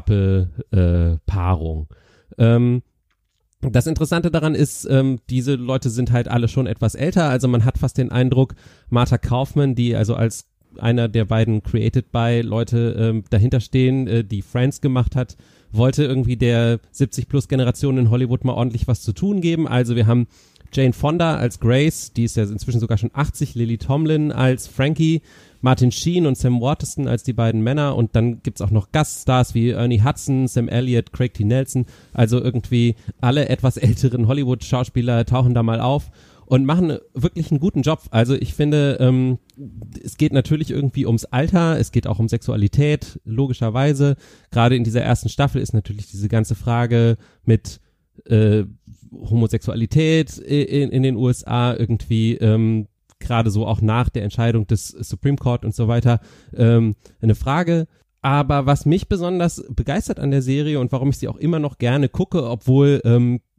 Odd-Couple-Paarung. Ähm, das Interessante daran ist, ähm, diese Leute sind halt alle schon etwas älter, also man hat fast den Eindruck, Martha Kaufman, die also als einer der beiden Created-by-Leute ähm, dahinter stehen, äh, die Friends gemacht hat, wollte irgendwie der siebzig-plus-Generation in Hollywood mal ordentlich was zu tun geben. Also wir haben Jane Fonda als Grace, die ist ja inzwischen sogar schon achtzig, Lily Tomlin als Frankie, Martin Sheen und Sam Waterston als die beiden Männer, und dann gibt's auch noch Gaststars wie Ernie Hudson, Sam Elliott, Craig T. Nelson, also irgendwie alle etwas älteren Hollywood-Schauspieler tauchen da mal auf und machen wirklich einen guten Job. Also ich finde, ähm, es geht natürlich irgendwie ums Alter, es geht auch um Sexualität, logischerweise. Gerade in dieser ersten Staffel ist natürlich diese ganze Frage mit äh, Homosexualität in, in den U S A irgendwie ähm, gerade so auch nach der Entscheidung des Supreme Court und so weiter ähm, eine Frage. Aber was mich besonders begeistert an der Serie und warum ich sie auch immer noch gerne gucke, obwohl ähm,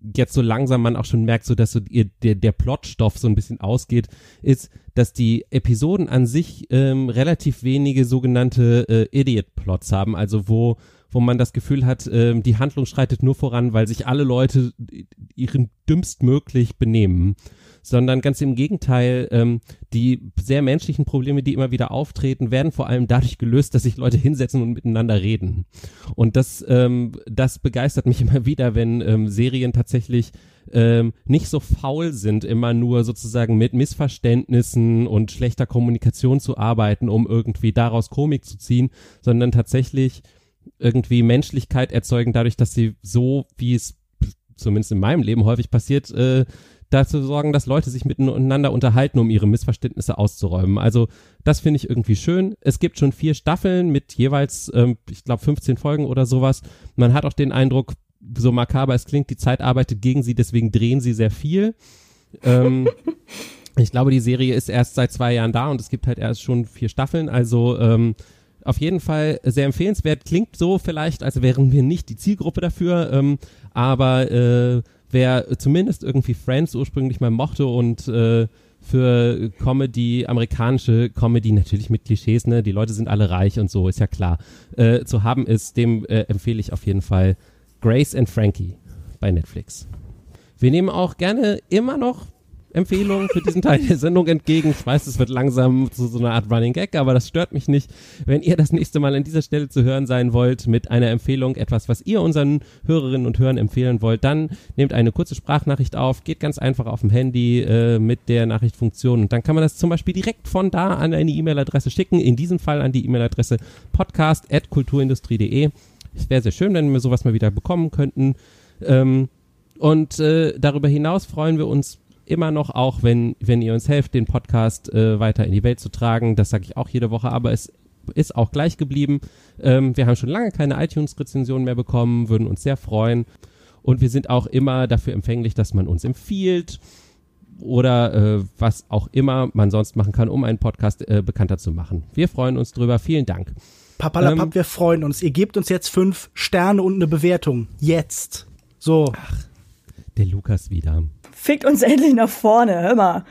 jetzt so langsam man auch schon merkt, so dass so ihr, der, der Plotstoff so ein bisschen ausgeht, ist, dass die Episoden an sich ähm, relativ wenige sogenannte äh, Idiot-Plots haben, also wo wo man das Gefühl hat, ähm, die Handlung schreitet nur voran, weil sich alle Leute ihren dümmstmöglich benehmen, sondern ganz im Gegenteil, ähm, die sehr menschlichen Probleme, die immer wieder auftreten, werden vor allem dadurch gelöst, dass sich Leute hinsetzen und miteinander reden. Und das, ähm, das begeistert mich immer wieder, wenn ähm, Serien tatsächlich ähm, nicht so faul sind, immer nur sozusagen mit Missverständnissen und schlechter Kommunikation zu arbeiten, um irgendwie daraus Komik zu ziehen, sondern tatsächlich irgendwie Menschlichkeit erzeugen, dadurch, dass sie so, wie es zumindest in meinem Leben häufig passiert, äh, dazu sorgen, dass Leute sich miteinander unterhalten, um ihre Missverständnisse auszuräumen. Also das finde ich irgendwie schön. Es gibt schon vier Staffeln mit jeweils, ähm, ich glaube, fünfzehn Folgen oder sowas. Man hat auch den Eindruck, so makaber es klingt, die Zeit arbeitet gegen sie, deswegen drehen sie sehr viel. Ähm, ich glaube, die Serie ist erst seit zwei Jahren da und es gibt halt erst schon vier Staffeln, also ähm, auf jeden Fall sehr empfehlenswert. Klingt so vielleicht, als wären wir nicht die Zielgruppe dafür, ähm, aber äh, wer zumindest irgendwie Friends ursprünglich mal mochte und äh, für Comedy, amerikanische Comedy, natürlich mit Klischees, ne, die Leute sind alle reich und so, ist ja klar, äh, zu haben ist, dem äh, empfehle ich auf jeden Fall Grace and Frankie bei Netflix. Wir nehmen auch gerne immer noch Empfehlungen für diesen Teil der Sendung entgegen. Ich weiß, es wird langsam zu so einer Art Running Gag, aber das stört mich nicht. Wenn ihr das nächste Mal an dieser Stelle zu hören sein wollt mit einer Empfehlung, etwas, was ihr unseren Hörerinnen und Hörern empfehlen wollt, dann nehmt eine kurze Sprachnachricht auf, geht ganz einfach auf dem Handy äh, mit der Nachrichtfunktion und dann kann man das zum Beispiel direkt von da an eine E-Mail-Adresse schicken, in diesem Fall an die E-Mail-Adresse podcast at kulturindustrie punkt de. Es wäre sehr schön, wenn wir sowas mal wieder bekommen könnten. Ähm, und äh, darüber hinaus freuen wir uns immer noch auch, wenn wenn ihr uns helft, den Podcast äh, weiter in die Welt zu tragen. Das sage ich auch jede Woche, aber es ist auch gleich geblieben. Ähm, wir haben schon lange keine iTunes-Rezensionen mehr bekommen, würden uns sehr freuen. Und wir sind auch immer dafür empfänglich, dass man uns empfiehlt oder äh, was auch immer man sonst machen kann, um einen Podcast äh, bekannter zu machen. Wir freuen uns drüber. Vielen Dank. Papalapap, ähm, wir freuen uns. Ihr gebt uns jetzt fünf Sterne und eine Bewertung. Jetzt. So. Ach, der Lukas wieder. Fickt uns endlich nach vorne, hör mal.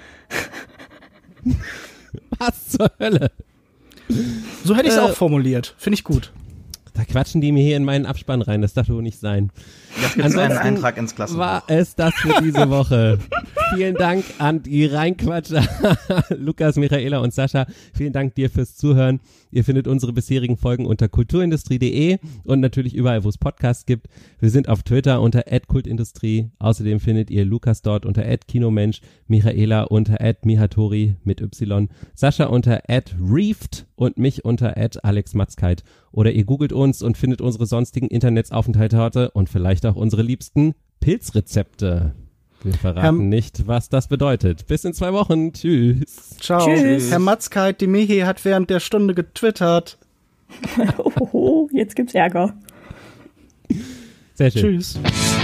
Was zur Hölle? So hätte ich es äh, auch formuliert. Finde ich gut. Da quatschen die mir hier in meinen Abspann rein. Das darf wohl nicht sein. Jetzt gibt es einen Eintrag ins Klassenbuch. War es das für diese Woche. Vielen Dank an die Reinquatscher, Lukas, Michaela und Sascha. Vielen Dank dir fürs Zuhören. Ihr findet unsere bisherigen Folgen unter kulturindustrie punkt de und natürlich überall, wo es Podcasts gibt. Wir sind auf Twitter unter at kultindustrie. Außerdem findet ihr Lukas dort unter at kinomensch, Michaela unter at mihatori mit Y, Sascha unter at reeft und mich unter at alexmatzkeit. Oder ihr googelt uns und findet unsere sonstigen Internetsaufenthaltsorte und vielleicht auch unsere liebsten Pilzrezepte. Wir verraten Herr, nicht, was das bedeutet. Bis in zwei Wochen. Tschüss. Ciao. Tschüss. Herr Matzkeit, die Michi hat während der Stunde getwittert. Oh, jetzt gibt's Ärger. Sehr schön. Tschüss.